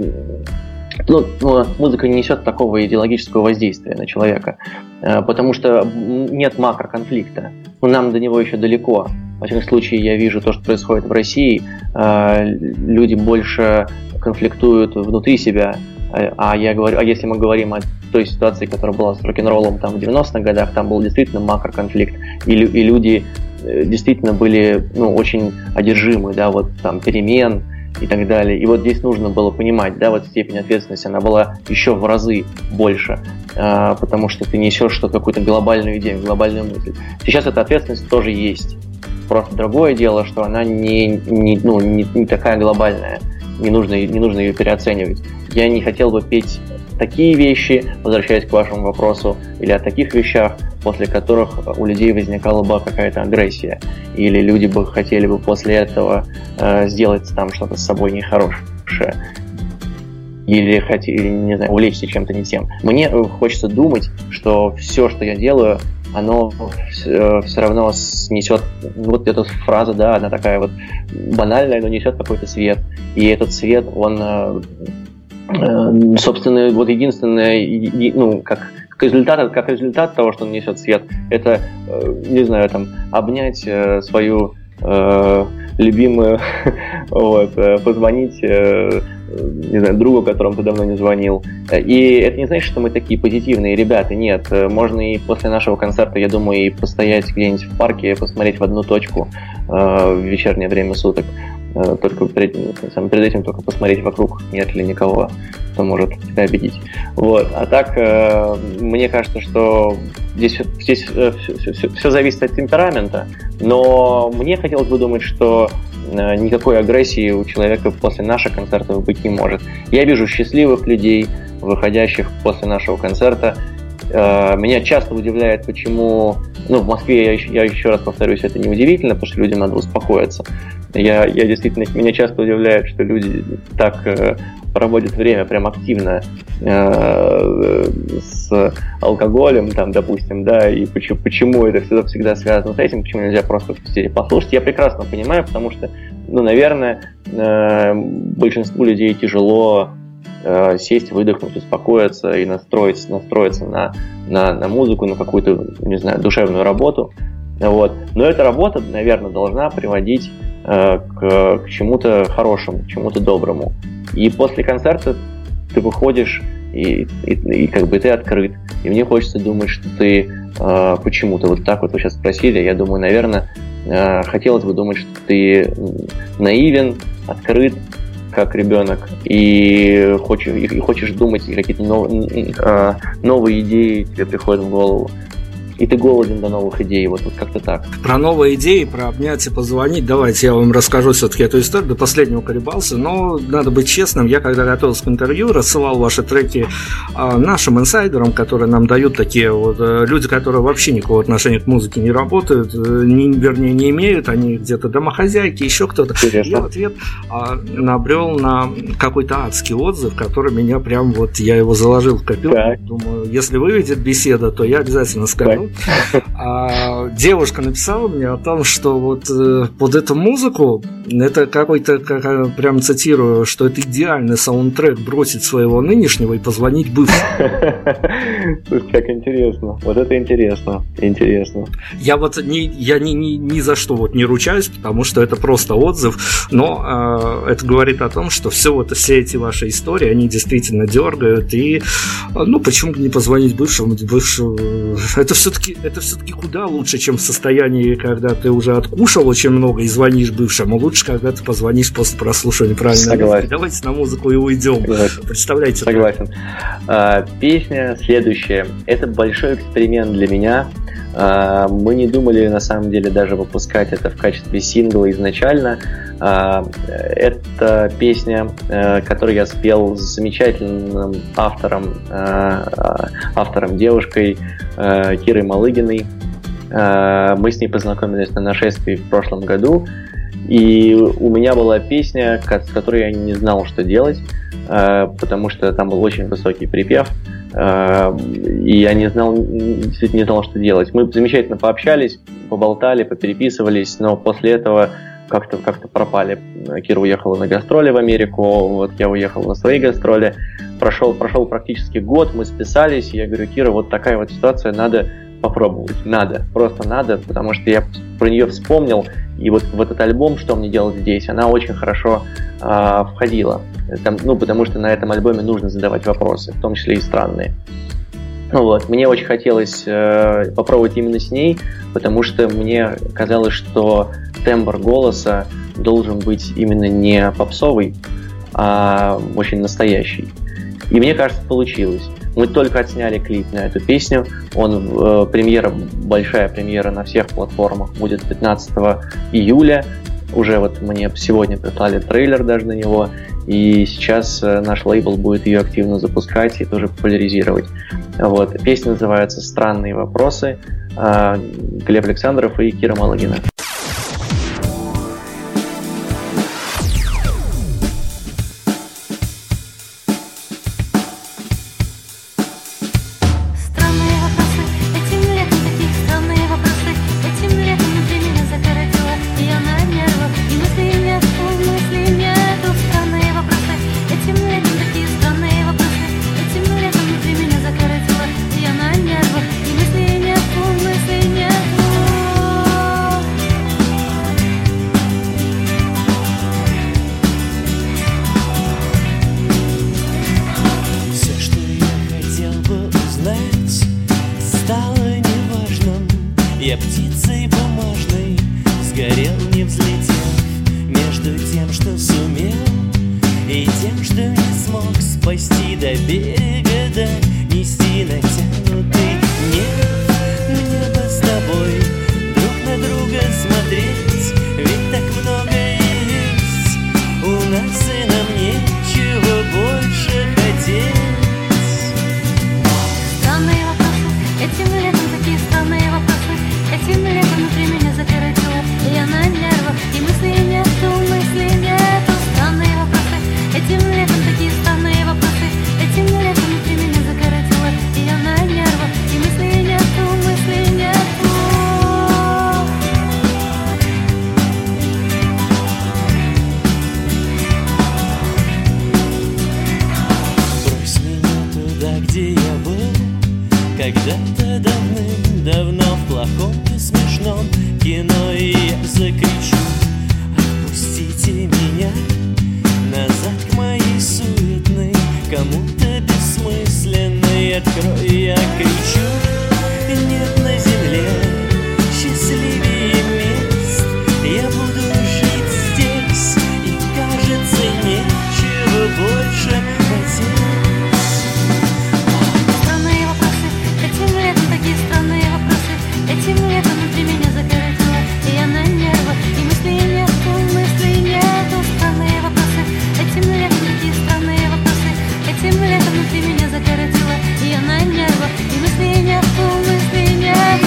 Ну, ну, музыка не несет такого идеологического воздействия на человека, потому что нет макроконфликта. Ну, нам до него еще далеко. Во всяком случае, я вижу то, что происходит в России. Люди больше конфликтуют внутри себя. А я говорю, а если мы говорим о той ситуации, которая была с рок-н-роллом там в девяностых годах, там был действительно макроконфликт, и, и люди действительно были, ну, очень одержимы, да, вот там перемен и так далее. И вот здесь нужно было понимать, да, вот степень ответственности, она была еще в разы больше, э, потому что ты несешь что-то, какую-то глобальную идею, глобальную мысль. Сейчас эта ответственность тоже есть. Просто другое дело, что она не, не, ну, не, не такая глобальная. Не нужно, не нужно ее переоценивать. Я не хотел бы петь такие вещи, возвращаясь к вашему вопросу, или о таких вещах, после которых у людей возникала бы какая-то агрессия, или люди бы хотели бы после этого э, сделать там что-то с собой нехорошее, или хотели, не знаю, увлечься чем-то не тем. Мне хочется думать, что все, что я делаю, оно все, все равно снесет, вот эта фраза, да, она такая вот банальная, но несет какой-то свет. И этот свет, он, собственно, вот единственное, ну, как, как результат, как результат того, что он несет свет, это, не знаю, там, обнять свою э, любимую, вот, позвонить, э, не знаю, другу, которому ты давно не звонил. И это не значит, что мы такие позитивные ребята, нет. Можно и после нашего концерта, я думаю, и постоять где-нибудь в парке, посмотреть в одну точку э, в вечернее время суток. Э, только перед, перед этим только посмотреть вокруг, нет ли никого, кто может тебя обидеть. Вот. А так, э, мне кажется, что здесь, здесь э, все, все, все зависит от темперамента, но мне хотелось бы думать, что никакой агрессии у человека после наших концертов быть не может. Я вижу счастливых людей, выходящих после нашего концерта. Меня часто удивляет, почему... Ну, в Москве, я еще, я еще раз повторюсь, это не удивительно, потому что людям надо успокоиться. Я, я действительно... Меня часто удивляет, что люди так э, проводят время прям активно э, с алкоголем, там, допустим, да, и почему, почему это всегда, всегда связано с этим, почему нельзя просто послушать. Я прекрасно понимаю, потому что, ну, наверное, э, большинству людей тяжело сесть, выдохнуть, успокоиться и настроиться, настроиться на, на, на музыку, на какую-то, не знаю, душевную работу. Вот. Но эта работа, наверное, должна приводить э, к, к чему-то хорошему, к чему-то доброму. И после концерта ты выходишь, и, и, и как бы ты открыт. И мне хочется думать, что ты э, почему-то вот так вот вы сейчас спросили, я думаю, наверное, э, хотелось бы думать, что ты наивен, открыт, как ребенок, и хочешь, и хочешь думать, и какие-то нов, новые идеи тебе приходят в голову. И ты голоден до новых идей, вот, вот как-то так. Про новые идеи, про обнять и позвонить, давайте я вам расскажу все-таки эту историю, до последнего колебался, но надо быть честным, я когда готовился к интервью, рассылал ваши треки а, нашим инсайдерам, которые нам дают такие вот люди, которые вообще никакого отношения к музыке не работают, не, вернее не имеют, они где-то домохозяйки, еще кто-то. Интересно. Я в ответ а, набрел на какой-то адский отзыв, который меня прям вот, я его заложил в копилку, думаю, если выведет беседа, то я обязательно скажу. А, девушка написала мне о том, что вот э, под эту музыку, это какой-то, как, прям цитирую, что это идеальный саундтрек бросить своего нынешнего и позвонить бывшему. Слушай, как интересно. Вот это интересно. Интересно. Я вот ни, я ни, ни, ни за что вот не ручаюсь, потому что это просто отзыв, но э, это говорит о том, что все, вот, все эти ваши истории, они действительно дергают, и ну почему бы не позвонить бывшему, бывшему, это все все-таки, это все-таки куда лучше, чем в состоянии, когда ты уже откушал очень много и звонишь бывшему. Лучше, когда ты позвонишь после прослушивания правильной музыки. Давайте на музыку и уйдем. Согласен. Представляете? Согласен. А, песня следующая. Это большой эксперимент для меня. А, мы не думали, на самом деле, даже выпускать это в качестве сингла изначально. А, это песня, которую я спел с замечательным автором, автором девушкой Кирой Малыгиной. Мы с ней познакомились на нашествии в прошлом году, и у меня была песня, с которой я не знал, что делать, потому что там был очень высокий припев, и я не знал, действительно не знал, что делать. Мы замечательно пообщались, поболтали, попереписывались, но после этого как-то, как-то пропали. Кира уехала на гастроли в Америку, вот я уехал на свои гастроли. Прошел, прошел практически год, мы списались, и я говорю, Кира, вот такая вот ситуация, надо попробовать, надо, просто надо, потому что я про нее вспомнил, и вот в этот альбом «Что мне делать здесь», она очень хорошо э, входила, Там, ну, потому что на этом альбоме нужно задавать вопросы, в том числе и странные. Ну, вот. Мне очень хотелось э, попробовать именно с ней, потому что мне казалось, что тембр голоса должен быть именно не попсовый, а очень настоящий. И мне кажется, получилось. Мы только отсняли клип на эту песню. Он э, премьера, большая премьера на всех платформах будет пятнадцатого июля. Уже вот мне сегодня прислали трейлер даже на него. И сейчас э, наш лейбл будет ее активно запускать и тоже популяризировать. Вот. Песня называется «Странные вопросы». Э, Глеб Александров и Кира Малыгина. Я птицей бумажной сгорел, не взлетев, между тем, что сумел, и тем, что не смог спасти до берега, да нести натянутый нерв. Мне бы с тобой друг на друга смотреть, ведь так много когда-то давным-давно в плохом и смешном кино, и я закричу: отпустите меня назад к моей суетной, кому-то бессмысленной. Открой, я кричу: нет на земле счастливее мест, я буду жить здесь, и кажется, нечего больше хотеть. Странные вопросы, этим летом такие странные вопросы, этим летом внутри меня закоротило, и я на нервах, и мыслей нету, мыслей нету. Странные вопросы, этим летом такие странные вопросы, этим летом внутри меня закоротило, и я на нервах, и мыслей нету, мыслей нету.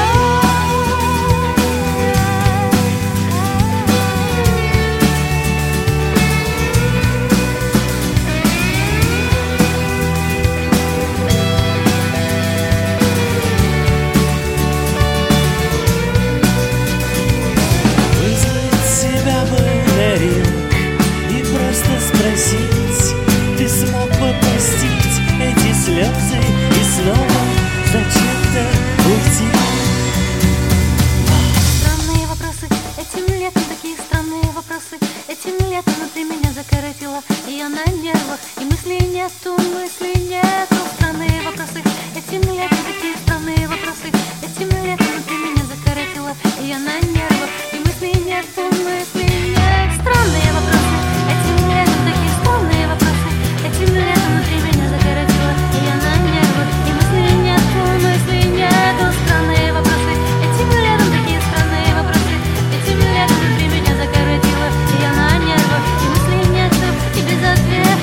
Вызвать себя бы на ринг и просто спросить: ты смог бы простить эти слезы и снова зачем-то уйти? Странные вопросы, этим летом такие странные вопросы, этим летом внутри меня закоротило, и я на нервах, и мыслей нету, мыслей нету. Странные вопросы, этим летом такие странные вопросы, этим летом внутри меня закоротило, и я на нервах, и мыслей нету, мыслей нет. Странные вопросы, этим летом такие странные вопросы, этим летом внутри меня закоротило, и я на нервах, и мыслей нету, мыслей нету. Странные вопросы, этим летом такие странные вопросы, этим летом внутри меня закоротило, и я на нервах, и мыслей нету, и без ответа.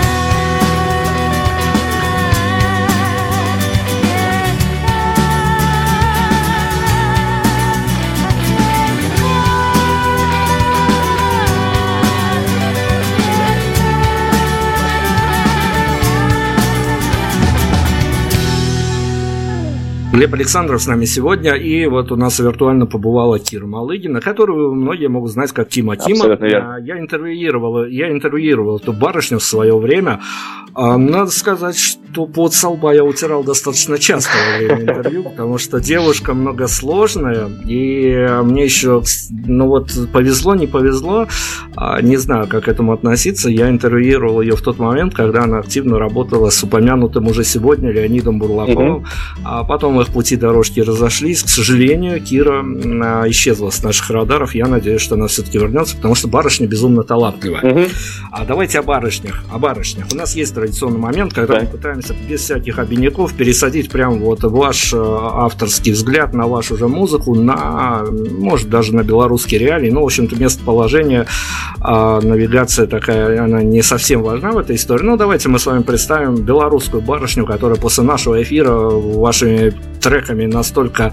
Глеб Александров с нами сегодня, и вот у нас виртуально побывала Кира Малыгина, которую многие могут знать как Тима Тима. Я интервьюировал, я интервьюировал эту барышню в свое время. Надо сказать, что пот со лба я утирал достаточно часто во время интервью, потому что девушка многосложная, и мне еще, ну вот, повезло, не повезло, не знаю, как к этому относиться. Я интервьюировал ее в тот момент, когда она активно работала с упомянутым уже сегодня Леонидом Бурлаковым, mm-hmm. а потом их пути дорожки разошлись. К сожалению, Кира исчезла с наших радаров. Я надеюсь, что она все-таки вернется, потому что барышня безумно талантливая. Mm-hmm. А давайте о барышнях. О барышнях. У нас есть традиционный момент, когда мы пытаемся без всяких обиняков пересадить прям вот ваш авторский взгляд на вашу же музыку, на, может, даже на белорусские реалии. Ну, в общем-то, местоположение, навигация такая, она не совсем важна в этой истории. Ну, давайте мы с вами представим белорусскую барышню, которая после нашего эфира вашими треками настолько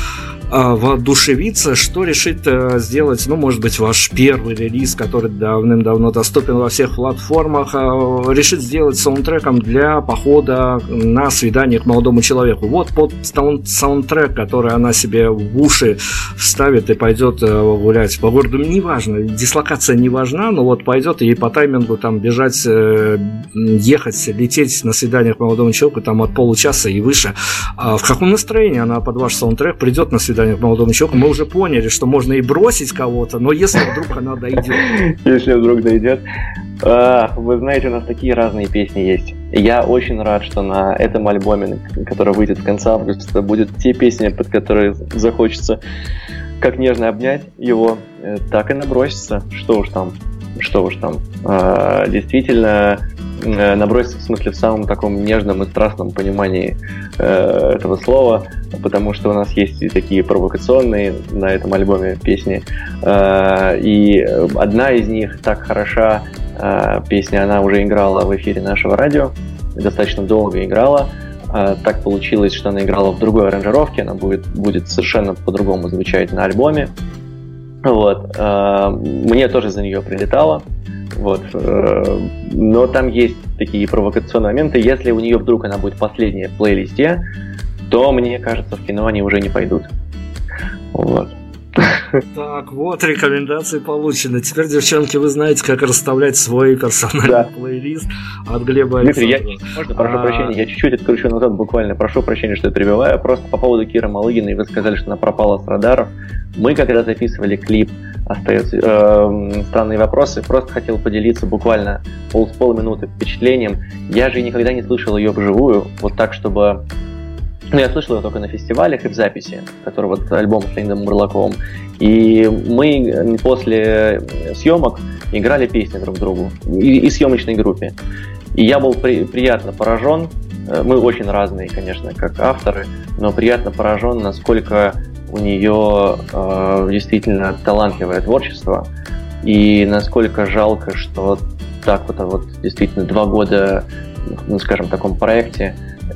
воодушевиться, что решит сделать, ну, может быть, ваш первый релиз, который давным-давно доступен во всех платформах, решит сделать саундтреком для похода на свидание к молодому человеку. Вот под саундтрек, который она себе в уши вставит и пойдет гулять по городу, неважно, дислокация не важна, но вот пойдет и по таймингу там бежать, ехать, лететь на свидание к молодому человеку там от получаса и выше. В каком настроении она под ваш саундтрек придет на свидание к молодому человеку? Мы уже поняли, что можно и бросить кого-то, но если вдруг она дойдет. Если вдруг дойдет. Вы знаете, у нас такие разные песни есть. Я очень рад, что на этом альбоме, который выйдет в конце августа, будут те песни, под которые захочется как нежно обнять его, так и наброситься. Что уж там, что уж там. Действительно, наброситься, в смысле, в самом таком нежном и страстном понимании э, этого слова, потому что у нас есть и такие провокационные на этом альбоме песни, э, и одна из них так хороша, э, песня, она уже играла в эфире нашего радио, достаточно долго играла, э, так получилось, что она играла в другой аранжировке, она будет, будет совершенно по-другому звучать на альбоме, вот, э, мне тоже за нее прилетало. Вот. Но там есть такие провокационные моменты. Если у нее вдруг она будет последняя в плейлисте, то, мне кажется, в кино они уже не пойдут. Вот. Так, вот, рекомендации получены. Теперь, девчонки, вы знаете, как расставлять свой персональный да. плейлист от Глеба Дмитрий, Александрова. я, можно, прошу а... прощения, я чуть-чуть откручу назад буквально, прошу прощения, что я перебиваю, просто по поводу Киры Малыгиной, вы сказали, что она пропала с радаров. Мы, когда записывали клип «Остаются э, странные вопросы», просто хотел поделиться буквально пол, с полминуты впечатлением. Я же никогда не слышал ее вживую, вот так, чтобы... Ну, я слышал ее только на фестивалях и в записи, который вот альбом с Леонидом Бурлаковым. И мы после съемок играли песни друг другу и, и съемочной группе. И я был при, приятно поражен. Мы очень разные, конечно, как авторы, но приятно поражен, насколько у нее э, действительно талантливое творчество. И насколько жалко, что так вот, вот действительно два года, ну, скажем, в таком проекте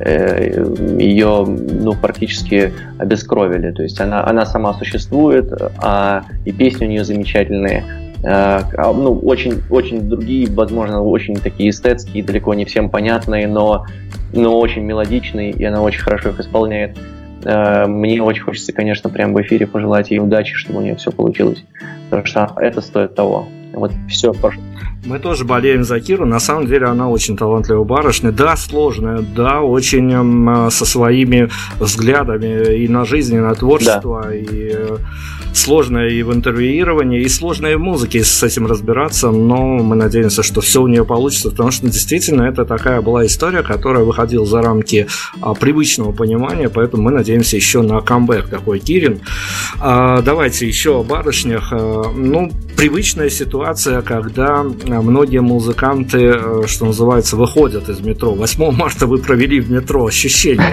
ее ну, практически обескровили. То есть она, она сама существует, а и песни у нее замечательные. А, ну, очень, очень другие, возможно, очень такие эстетские, далеко не всем понятные, но, но очень мелодичные, и она очень хорошо их исполняет. А, мне очень хочется, конечно, прямо в эфире пожелать ей удачи, чтобы у нее все получилось. Потому что это стоит того. Вот все, прошу. Мы тоже болеем за Киру. На самом деле она очень талантливая барышня. Да, сложная, да, очень э, со своими взглядами и на жизнь, и на творчество, да. и э, сложная и в интервьюировании, и сложная и в музыке с этим разбираться. Но мы надеемся, что все у нее получится, потому что действительно это такая была история, которая выходила за рамки а, привычного понимания, поэтому мы надеемся еще на камбэк такой Кирин. А, давайте еще о барышнях. А, ну, привычная ситуация, когда многие музыканты, что называется, выходят из метро. восьмого марта вы провели в метро. Ощущения?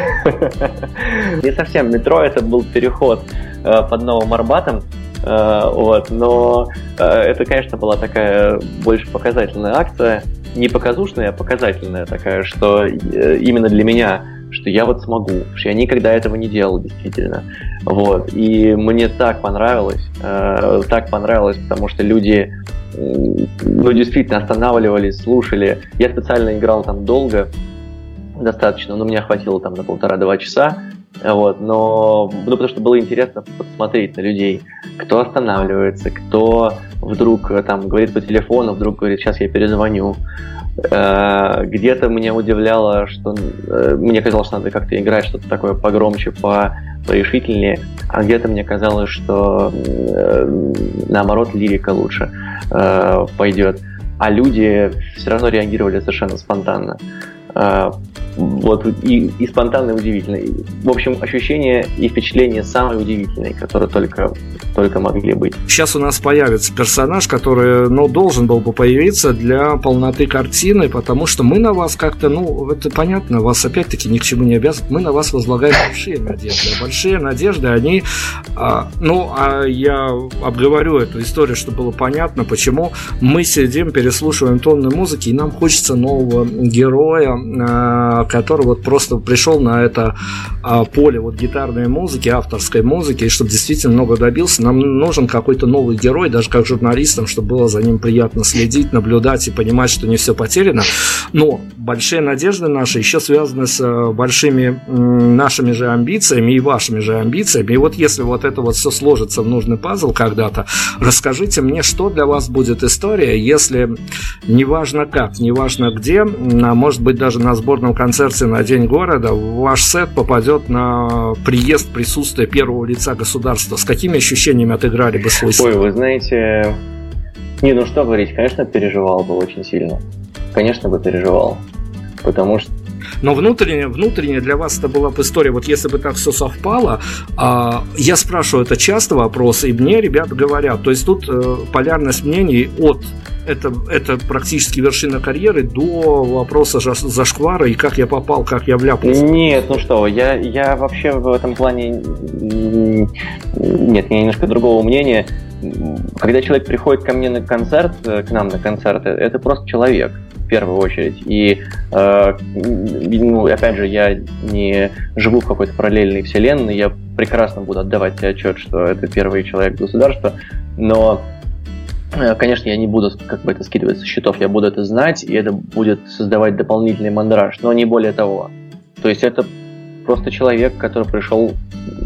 Не совсем метро, это был переход под Новым Арбатом. Вот, но это, конечно, была такая больше показательная акция. Не показушная, а показательная такая, что именно для меня, что я вот смогу, потому что я никогда этого не делал, действительно. Вот. И мне так понравилось, э, так понравилось, потому что люди, ну, действительно останавливались, слушали. Я специально играл там долго, достаточно, но меня хватило там на полтора-два часа, вот, но, ну, потому что было интересно посмотреть на людей, кто останавливается, кто вдруг там говорит по телефону, вдруг говорит, сейчас я перезвоню. Где-то меня удивляло, что мне казалось, что надо как-то играть что-то такое погромче, порешительнее, а где-то мне казалось, что наоборот лирика лучше пойдет, а люди все равно реагировали совершенно спонтанно. Вот, и, и спонтанно, и удивительно. В общем, ощущения и впечатления самые удивительные, которые только, только могли быть. Сейчас у нас появится персонаж, который, ну, должен был бы появиться для полноты картины, потому что мы на вас как-то, ну, это понятно, вас опять-таки ни к чему не обязывают, мы на вас возлагаем большие надежды. А большие надежды, они, а, ну, а я обговорю эту историю, чтобы было понятно, почему мы сидим, переслушиваем тонны музыки, и нам хочется нового героя, а, который вот просто пришел на это а, поле вот гитарной музыки, авторской музыки, и чтобы действительно много добился, нам нужен какой-то новый герой, даже как журналистам, чтобы было за ним приятно следить, наблюдать и понимать, что не все потеряно. Но большие надежды наши еще связаны с а, большими м, нашими же амбициями и вашими же амбициями. И вот если вот это вот все сложится в нужный пазл когда-то, расскажите мне, что для вас будет история, если неважно как, неважно где, а может быть даже на сборном концерте на День города ваш сет попадет на приезд, присутствие первого лица государства. С какими ощущениями отыграли бы свой сет? Ой, вы знаете, не, ну что говорить, конечно, переживал бы очень сильно. Конечно бы переживал, потому что но внутренне, внутренне для вас это была бы история, вот если бы так все совпало, а, я спрашиваю, это часто вопрос, и мне ребята говорят, то есть тут э, полярность мнений от это, это практически вершина карьеры до вопроса зашквара и как я попал, как я вляпался. Нет, ну что, я, я вообще в этом плане нет, я немножко другого мнения. Когда человек приходит ко мне на концерт, к нам на концерт, это просто человек в первую очередь. И э, ну, опять же, я не живу в какой-то параллельной вселенной, я прекрасно буду отдавать себе отчет, что это первый человек государства, но конечно, я не буду как бы это скидывать со счетов, я буду это знать, и это будет создавать дополнительный мандраж, но не более того. То есть это просто человек, который пришел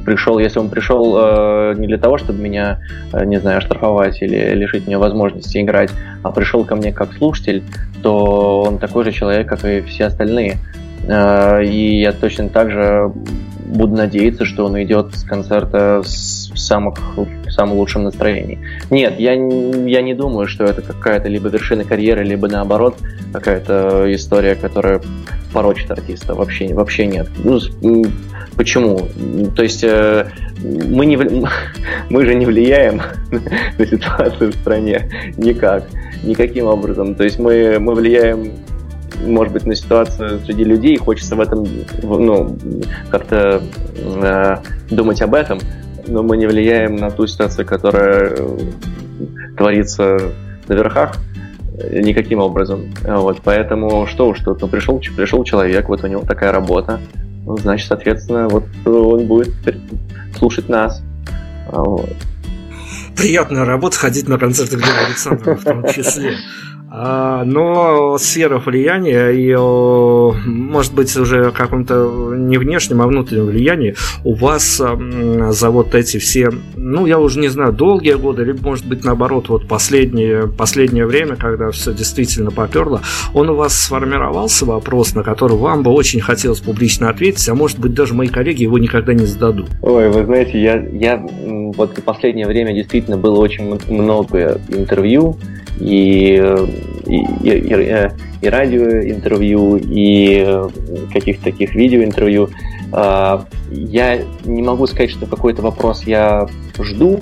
пришел, если он пришел э, не для того, чтобы меня, э, не знаю, оштрафовать или лишить меня возможности играть, а пришел ко мне как слушатель, то он такой же человек, как и все остальные. Э, и я точно так же буду надеяться, что он уйдет с концерта с, в, самых, в самом лучшем настроении. Нет, я, я не думаю, что это какая-то либо вершина карьеры, либо наоборот какая-то история, которая порочит артиста. Вообще, вообще нет. Ну, почему? То есть э, мы, не, мы же не влияем на ситуацию в стране никак, никаким образом. То есть мы, мы влияем, может быть, на ситуацию среди людей, хочется в этом, ну, как-то э, думать об этом, но мы не влияем на ту ситуацию, которая творится на верхах, никаким образом. Вот, поэтому что уж тут, ну, пришел, пришел человек, вот у него такая работа, ну, значит, соответственно, вот он будет слушать нас. Вот. Приятная работа ходить на концерты Глеба Александрова в том числе. Но сфера влияния и, может быть, уже о каком-то не внешнем, а внутреннем влиянии у вас за вот эти все, ну, я уже не знаю, долгие годы, либо, может быть, наоборот, вот последнее, последнее время, когда все действительно поперло, он у вас сформировался вопрос, на который вам бы очень хотелось публично ответить, а может быть, даже мои коллеги его никогда не зададут. Ой, вы знаете, я, я вот в последнее время действительно было очень много интервью, и, и, и, и радиоинтервью, и каких-то таких видеоинтервью. Я не могу сказать, что какой-то вопрос я жду.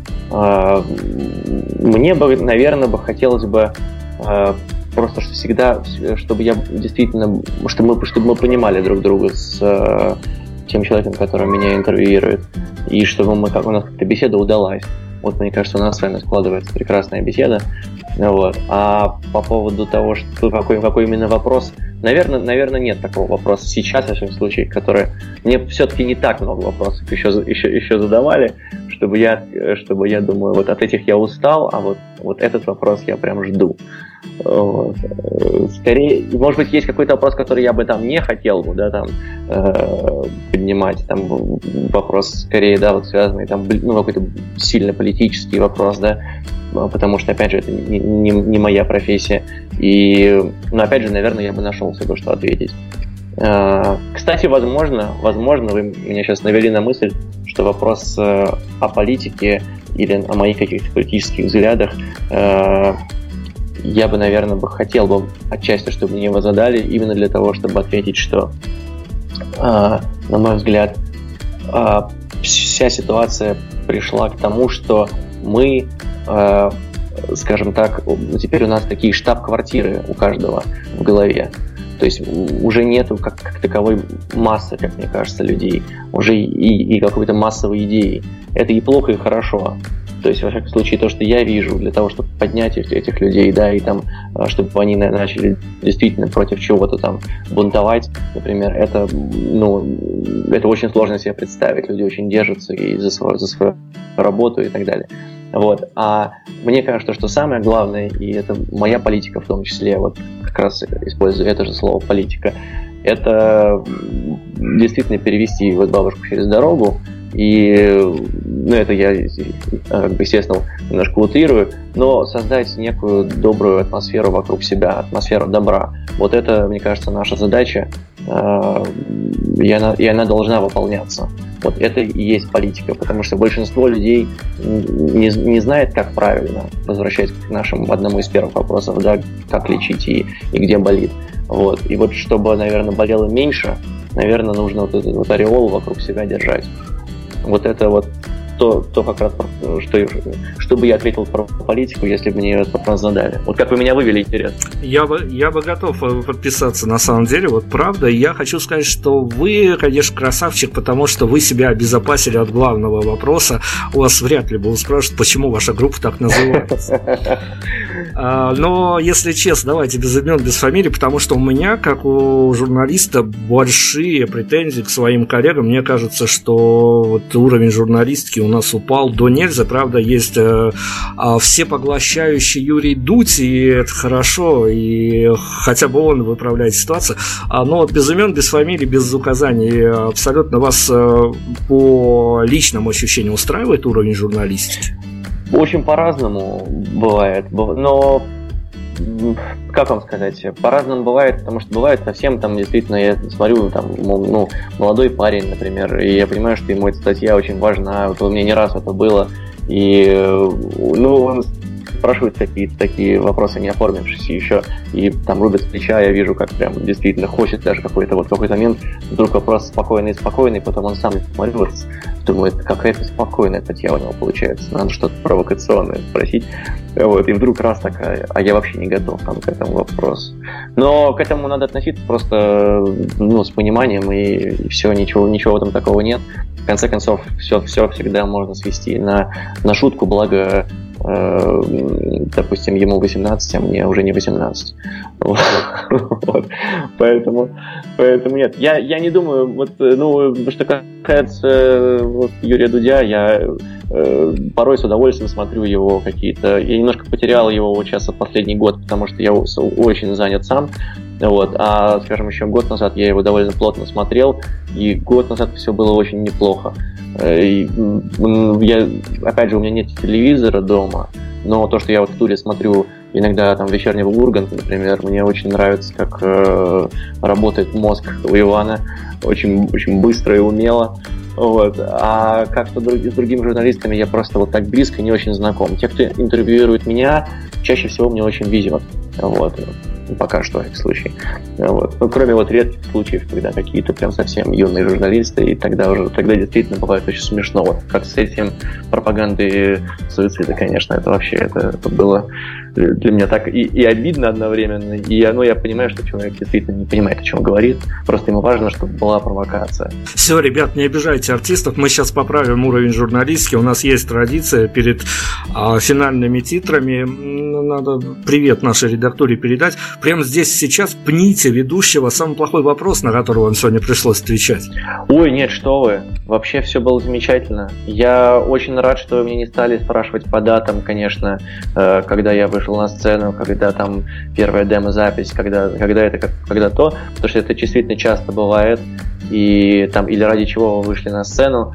Мне бы, наверное, бы хотелось бы просто, что всегда, чтобы я действительно, чтобы мы, чтобы мы понимали друг друга с тем человеком, который меня интервьюирует, и чтобы мы, как у нас как-то беседа удалась. Вот, мне кажется, у нас с вами складывается прекрасная беседа. Вот. А по поводу того, что какой, какой именно вопрос, наверное, наверное, нет такого вопроса сейчас, во всяком случае, который мне все-таки не так много вопросов еще, еще, еще задавали, чтобы я, чтобы я думаю, вот от этих я устал, а вот, вот этот вопрос я прям жду. Вот. Скорее, может быть, есть какой-то вопрос, который я бы там не хотел бы, да, там э, поднимать, там вопрос скорее, да, вот связанный, там, ну, какой-то сильно политический вопрос, да, потому что, опять же, это не, не, не моя профессия, и, ну, опять же, наверное, я бы нашел себе, что ответить. Э, кстати, возможно, возможно, вы меня сейчас навели на мысль, что вопрос э, о политике или о моих каких-то политических взглядах э, я бы, наверное, бы хотел бы отчасти, чтобы мне его задали, именно для того, чтобы ответить, что, э, на мой взгляд, э, вся ситуация пришла к тому, что мы, э, скажем так, теперь у нас такие штаб-квартиры у каждого в голове. То есть уже нету как, как таковой массы, как мне кажется, людей, уже и, и какой-то массовой идеи. Это и плохо, и хорошо. То есть, во всяком случае, то, что я вижу, для того, чтобы поднять этих людей, да, и там, чтобы они начали действительно против чего-то там бунтовать, например, это, ну, это очень сложно себе представить. Люди очень держатся и за свою, за свою работу и так далее. Вот. А мне кажется, что самое главное, и это моя политика в том числе, вот как раз использую это же слово политика, это действительно перевести вот бабушку через дорогу. И, ну, это я, как бы, естественно, немножко утрирую, но создать некую добрую атмосферу вокруг себя, атмосферу добра. Вот это, мне кажется, наша задача, и она, и она должна выполняться. Вот это и есть политика, потому что большинство людей не, не знает, как правильно, возвращаясь к нашему одному из первых вопросов, да, как лечить и, и где болит. Вот. И вот чтобы, наверное, болело меньше, наверное, нужно вот этот вот ореол вокруг себя держать. Вот это вот то, то как раз, что, что бы я ответил про политику, если бы мне этот вопрос задали. Вот как вы меня вывели, интересно. Я бы, я бы готов подписаться, на самом деле, вот правда. Я хочу сказать, что вы, конечно, красавчик, потому что вы себя обезопасили от главного вопроса. У вас вряд ли будут спрашивать, почему ваша группа так называется. Но, если честно, давайте без имен, без фамилий, потому что у меня, как у журналиста, большие претензии к своим коллегам. Мне кажется, что вот уровень журналистики у нас упал до нельзя. Правда, есть э, э, всепоглощающий Юрий Дудь, и это хорошо, и хотя бы он выправляет ситуацию. А, но без имен, без фамилий, без указаний абсолютно вас э, по личному ощущению устраивает уровень журналистики? Очень по-разному бывает, но как вам сказать, по-разному бывает, потому что бывает совсем там действительно, я смотрю, там, ну, молодой парень, например, и я понимаю, что ему эта статья очень важна, вот у меня не раз это было, и, ну, он спрашивает какие-то такие вопросы, не оформившиеся еще, и там рубят с плеча, я вижу, как прям действительно хочет даже какой-то вот какой-то момент, вдруг вопрос спокойный, спокойный, потом он сам смотрит, вот, думает, какая-то спокойная статья у него получается, надо что-то провокационное спросить, вот, и вдруг раз такая, а я вообще не готов там к этому вопросу. Но к этому надо относиться просто, ну, с пониманием, и, и все, ничего, ничего в этом такого нет. В конце концов, все, все всегда можно свести на, на шутку, благо, э, допустим, ему восемнадцать, а мне уже не восемнадцать. Вот. Поэтому, поэтому нет. Я, я не думаю, вот, ну, что касается вот, Юрия Дудя, я э, порой с удовольствием смотрю его какие-то. Я немножко потерял его вот сейчас последний год, потому что я очень занят сам. Вот. А, скажем, еще год назад я его довольно плотно смотрел, и год назад все было очень неплохо. И, я, опять же, у меня нет телевизора дома, но то, что я вот в туре смотрю иногда там вечернего Урганта, например, мне очень нравится, как э, работает мозг у Ивана, очень, очень быстро и умело. Вот. А как-то с другими журналистами я просто вот так близко не очень знаком. Те, кто интервьюирует меня, чаще всего мне очень везет. Вот. Пока что, в всяком случае. Вот. Ну, кроме вот редких случаев, когда какие-то прям совсем юные журналисты, и тогда уже, тогда действительно бывает очень смешно. Вот как с этим пропагандой суицида, конечно, это вообще, это, это было для меня так и, и обидно одновременно, и ну, я понимаю, что человек действительно не понимает, о чем говорит, просто ему важно, чтобы была провокация. Все, ребят, не обижайте артистов, мы сейчас поправим уровень журналистики, у нас есть традиция перед а, финальными титрами, надо привет нашей редактуре передать, прямо здесь сейчас пните ведущего самый плохой вопрос, на который вам сегодня пришлось отвечать. Ой, нет, что вы, вообще все было замечательно, я очень рад, что вы меня не стали спрашивать по датам, конечно, когда я вышел на сцену, когда там первая демо-запись, когда, когда это, когда то, потому что это действительно часто бывает, и там, или ради чего вы вышли на сцену,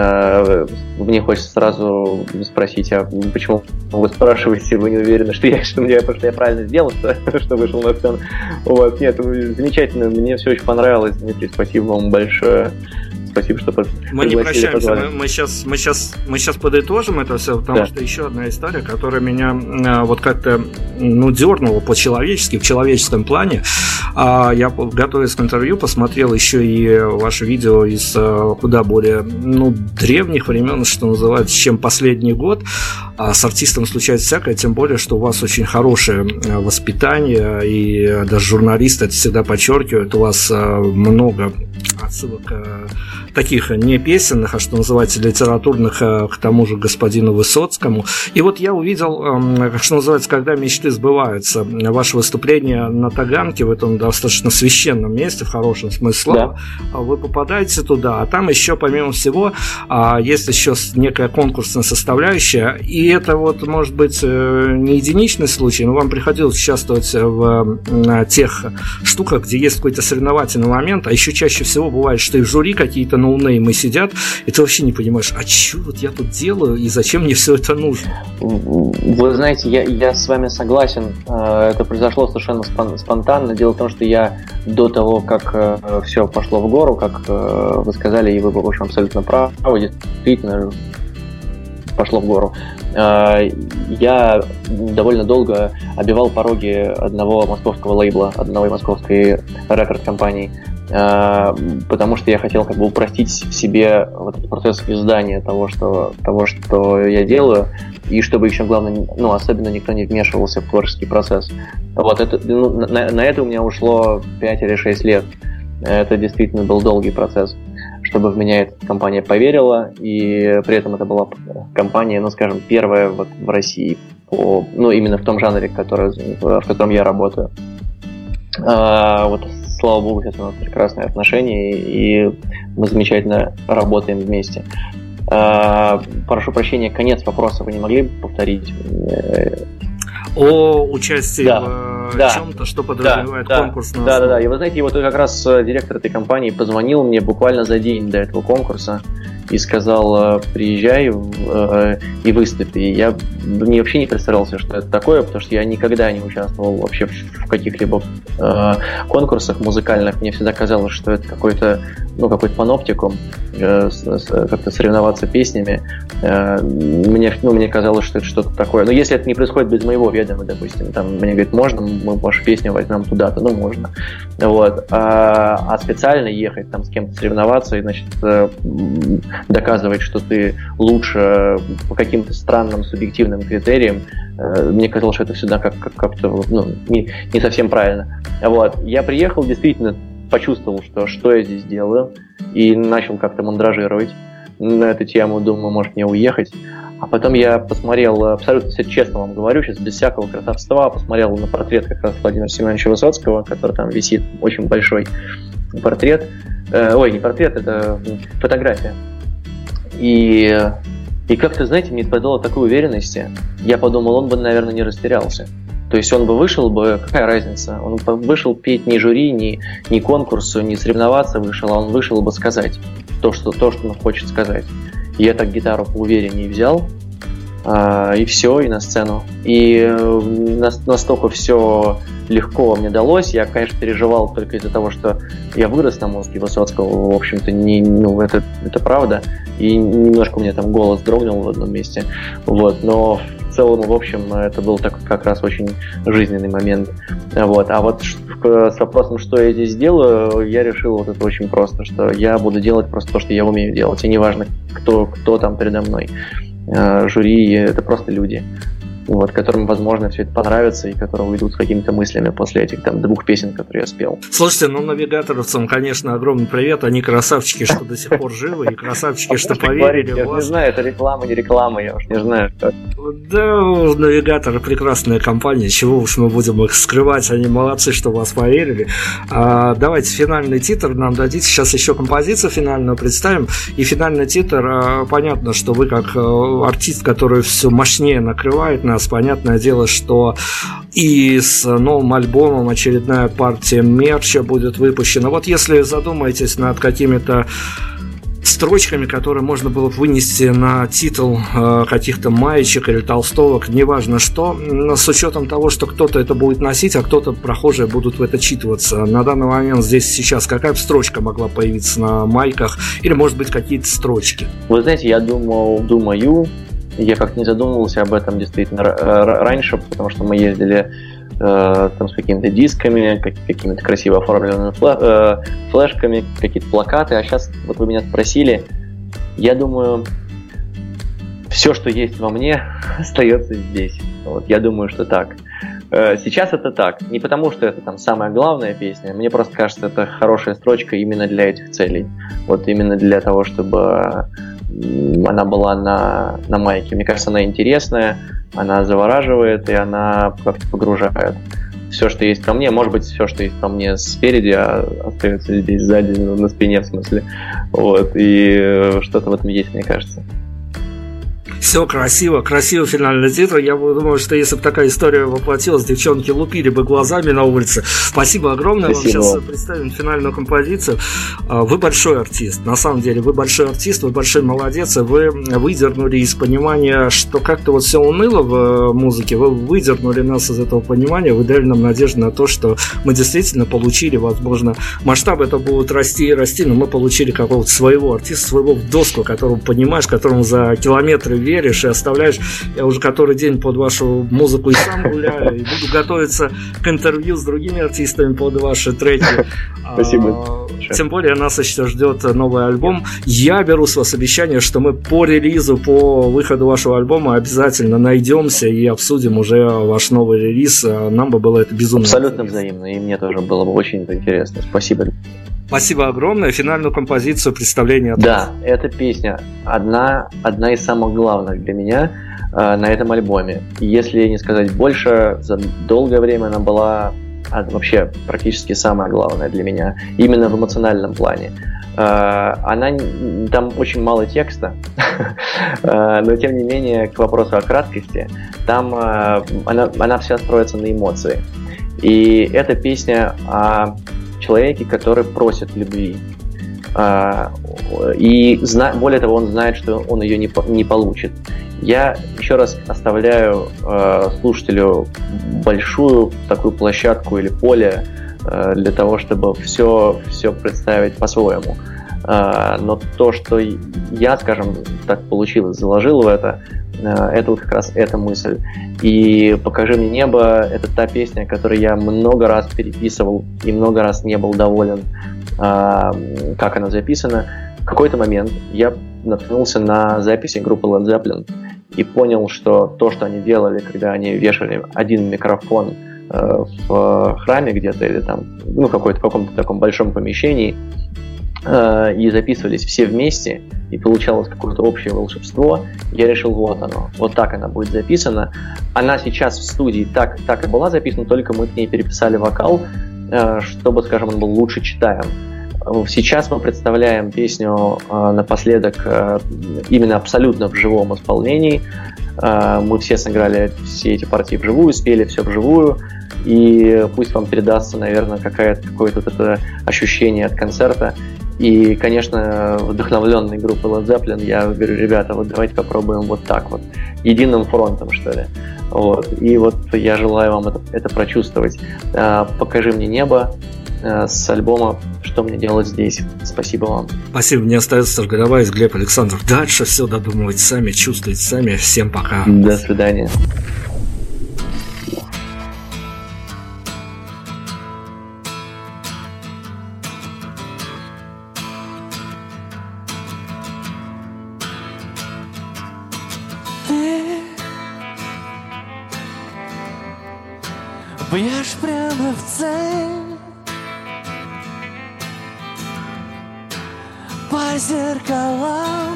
э, мне хочется сразу спросить, а почему вы спрашиваете, вы не уверены, что я, что мне, что я правильно сделал, что, что вышел на сцену. Вот, нет, замечательно, мне все очень понравилось, Дмитрий, спасибо вам большое. Спасибо, что пригласили. Мы не прощаемся, мы, мы, сейчас, мы, сейчас, мы сейчас подытожим это все, потому да. что еще одна история, которая меня а, вот как-то ну, дернула по-человечески, в человеческом плане. А, я, готовясь к интервью, посмотрел еще и ваше видео из а, куда более ну, древних времен, что называется, чем последний год. А с артистом случается всякое, тем более, что у вас очень хорошее воспитание, и даже журналисты это всегда подчеркивают, у вас а, много отсылок таких не песенных, а что называется литературных, к тому же господину Высоцкому. И вот я увидел, что называется, когда мечты сбываются, ваше выступление на Таганке в этом достаточно священном месте, в хорошем смысле слова. Да. Вы попадаете туда, а там еще, помимо всего, есть еще некая конкурсная составляющая, и это вот, может быть, не единичный случай, но вам приходилось участвовать в тех штуках, где есть какой-то соревновательный момент, а еще чаще всего бывает, что и в жюри какие-то ноунеймы сидят, и ты вообще не понимаешь, а что вот я тут делаю, и зачем мне все это нужно? Вы знаете, я, я с вами согласен, это произошло совершенно спонтанно. Дело в том, что я до того, как все пошло в гору, как вы сказали, и вы, в общем, абсолютно правы, действительно пошло в гору, я довольно долго обивал пороги одного московского лейбла, одной московской рекорд-компании, потому что я хотел как бы упростить себе вот этот процесс издания того, что, того, что я делаю, и чтобы еще, главное, ну, особенно никто не вмешивался в творческий процесс. Вот это, ну, на, на это у меня ушло пять или шесть лет. Это действительно был долгий процесс, чтобы в меня эта компания поверила, и при этом это была компания, ну, скажем, первая вот в России, по, ну, именно в том жанре, который, в котором я работаю. А, вот, слава богу, сейчас у нас прекрасные отношения, и мы замечательно работаем вместе. А, прошу прощения, конец вопроса вы не могли бы повторить? О участии да, в да, чем-то, что подразумевает да, конкурс. Да, да, да, да. И вы знаете, вот как раз директор этой компании позвонил мне буквально за день до этого конкурса и сказал: приезжай и выступи. Я мне вообще не представлялся, что это такое, потому что я никогда не участвовал вообще в каких-либо э, конкурсах музыкальных. Мне всегда казалось, что это какой-то, ну, какой-то паноптикум, э, с, с, как-то соревноваться песнями. Э, мне, ну, мне казалось, что это что-то такое. Но если это не происходит без моего ведома, допустим, там мне говорят, можно, мы вашу песню возьмем туда-то, ну, можно. Вот. А, а специально ехать там с кем-то соревноваться и, значит, э, доказывать, что ты лучше по каким-то странным субъективным критериям, э, мне казалось, что это всегда как, как, как-то ну, не, не совсем правильно. Вот. Я приехал, действительно почувствовал, что, что я здесь делаю, и начал как-то мандражировать на эту тему, думаю, может мне уехать. А потом я посмотрел, абсолютно все честно вам говорю, сейчас без всякого красавства, посмотрел на портрет как раз Владимира Семеновича Высоцкого, который там висит, очень большой портрет. Э, ой, не портрет, это фотография. И, и как-то, знаете, мне это дало такой уверенности. Я подумал, он бы, наверное, не растерялся. То есть он бы вышел бы, какая разница? Он бы вышел петь не жюри, не, не конкурсу, не соревноваться вышел, а он вышел бы сказать то, что, то, что он хочет сказать. И я так гитару поувереннее взял, а, и все, и на сцену. И на, настолько все легко мне далось. Я, конечно, переживал только из-за того, что я вырос на музыке Высоцкого, в общем-то, не, ну, это, это правда. И немножко у меня там голос дрогнул в одном месте. Вот, но в целом, в общем, это был так, как раз очень жизненный момент. Вот. А вот с вопросом, что я здесь делаю, я решил вот это очень просто, что я буду делать просто то, что я умею делать. И неважно, кто, кто там передо мной. Жюри — это просто люди, вот, которым, возможно, все это понравится и которые уйдут с какими-то мыслями после этих там двух песен, которые я спел. Слушайте, ну навигаторовцам, конечно, огромный привет. Они красавчики, что до сих пор живы, и красавчики, что поверили в вас. Я не знаю, это реклама, не реклама, я уж не знаю. Да, навигаторы прекрасная компания, чего уж мы будем их скрывать, они молодцы, что вас поверили. А, давайте финальный титр нам дадите, сейчас еще композицию финальную представим. И финальный титр, а, понятно, что вы как а, артист, который все мощнее накрывает нас. Понятное дело, что и с новым альбомом очередная партия мерча будет выпущена. Вот если задумаетесь над какими-то строчками, которые можно было бы вынести на титул э, каких-то маечек или толстовок, неважно что, с учетом того, что кто-то это будет носить, а кто-то, прохожие, будут в это читываться. На данный момент здесь сейчас какая бы строчка могла появиться на майках, или, может быть, какие-то строчки? Вы знаете, я думал, думаю, я как-то не задумывался об этом действительно раньше, потому что мы ездили э, там с какими-то дисками, как, какими-то красиво оформленными флэ, э, флешками, какие-то плакаты. А сейчас вот вы меня спросили, я думаю, все, что есть во мне, остается здесь. Вот, я думаю, что так. Э, сейчас это так. Не потому, что это там самая главная песня, мне просто кажется, это хорошая строчка именно для этих целей. Вот именно для того, чтобы она была на, на майке. Мне кажется, она интересная, она завораживает, и она как-то погружает. Все, что есть во мне, может быть, все, что есть во мне спереди, остается здесь сзади, на спине, в смысле. Вот. И что-то в этом есть, мне кажется. Все красиво, красивый финальный титр. Я думаю, что если бы такая история воплотилась, девчонки лупили бы глазами на улице. Спасибо огромное. Спасибо. Вам сейчас представим финальную композицию. Вы большой артист, на самом деле. Вы большой артист, вы большой молодец. И вы выдернули из понимания, что как-то вот все уныло в музыке. Вы выдернули нас из этого понимания, вы дали нам надежду на то, что мы действительно получили, возможно, масштабы это будут расти и расти, но мы получили какого-то своего артиста, своего в доску, которого понимаешь, которому за километры веришь и оставляешь. Я уже который день под вашу музыку и сам гуляю, и буду готовиться к интервью с другими артистами под ваши треки. Спасибо. А, тем более нас еще ждет новый альбом. Я беру с вас обещание, что мы по релизу, по выходу вашего альбома обязательно найдемся и обсудим уже ваш новый релиз. Нам бы было это безумно абсолютно интересно. Взаимно, и мне тоже было бы очень интересно. Спасибо. Спасибо огромное. Финальную композицию представления от Да, эта песня одна, одна из самых главных для меня э, на этом альбоме. Если не сказать больше, за долгое время она была а вообще практически самое главное для меня, именно в эмоциональном плане. Она, там очень мало текста, но тем не менее, к вопросу о краткости, там она, она вся строится на эмоции. И это песня о человеке, который просит любви. И более того, он знает, что он ее не, не получит. Я еще раз оставляю слушателю большую такую площадку или поле для того, чтобы все, все представить по-своему. Но то, что я, скажем так, получилось, заложил в это, это вот как раз эта мысль. И «Покажи мне небо» — это та песня, которую я много раз переписывал и много раз не был доволен, как она записана. В какой-то момент я наткнулся на записи группы Led Zeppelin и понял, что то, что они делали, когда они вешали один микрофон в храме где-то или там, ну, какой-то, в каком-то таком большом помещении, э, и записывались все вместе, и получалось какое-то общее волшебство, я решил, вот оно, вот так она будет записана. Она сейчас в студии так, так и была записана, только мы к ней переписали вокал, э, чтобы, скажем, он был лучше читаем. Сейчас мы представляем песню э, напоследок э, именно абсолютно в живом исполнении. Э, мы все сыграли все эти партии вживую, спели все вживую. И пусть вам передастся, наверное, какое-то, какое-то вот это ощущение от концерта. И, конечно, вдохновленной группой Led Zeppelin, я говорю, ребята, вот давайте попробуем вот так вот, единым фронтом, что ли. Вот. И вот я желаю вам это, это прочувствовать. Э, «Покажи мне небо» с альбома «Что мне делать здесь». Спасибо вам. Спасибо. Мне остается только добавить, Глеб Александров. Дальше все додумывайте сами, чувствуйте сами. Всем пока. До свидания. Бьешь прямо в цель, по зеркалам,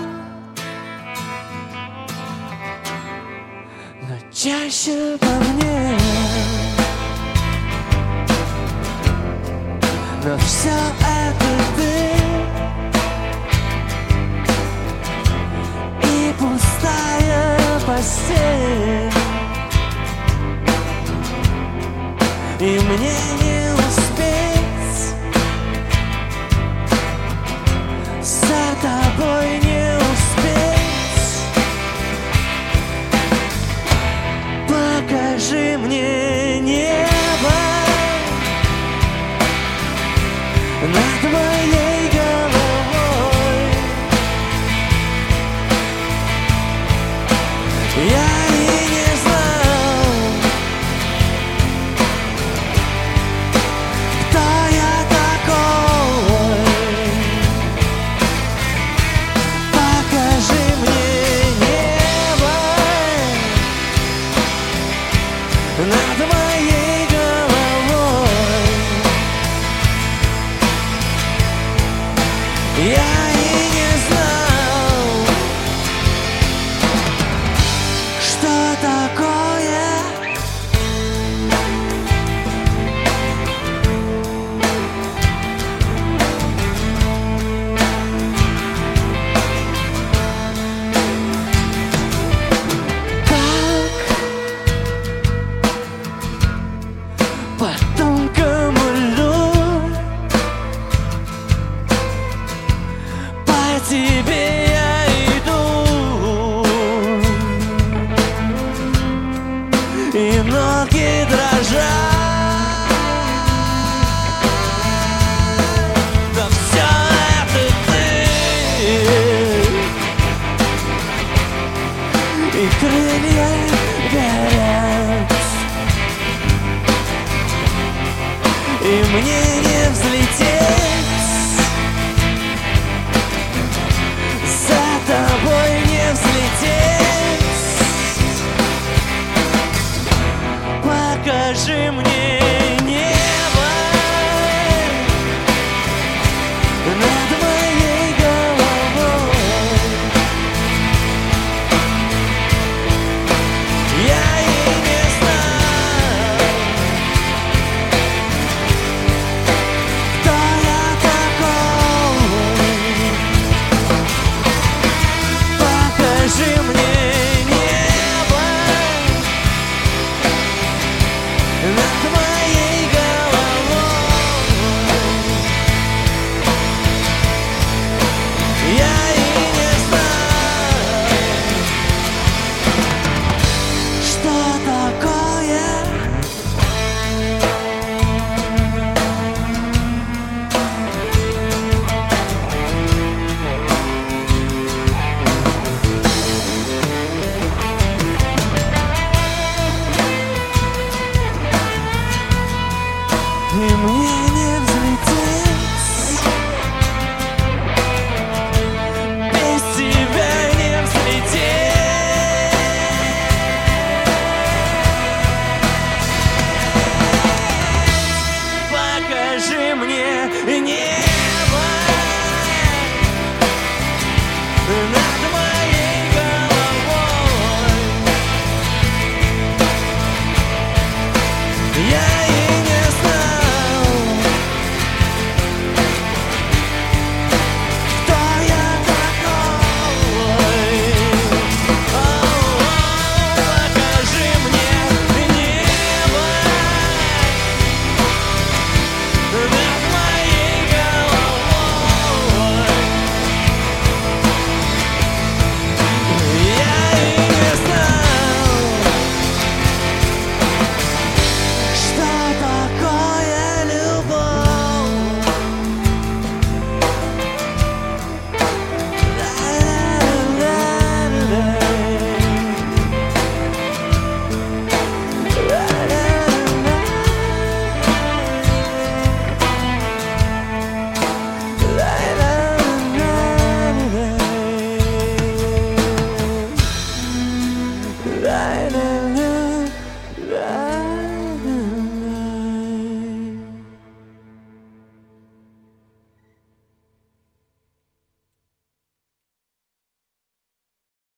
но чаще по мне. Но все это ты и пустая постель. И мне не успеть, за тобой не успеть. Покажи мне небо над моей головой. Я И мне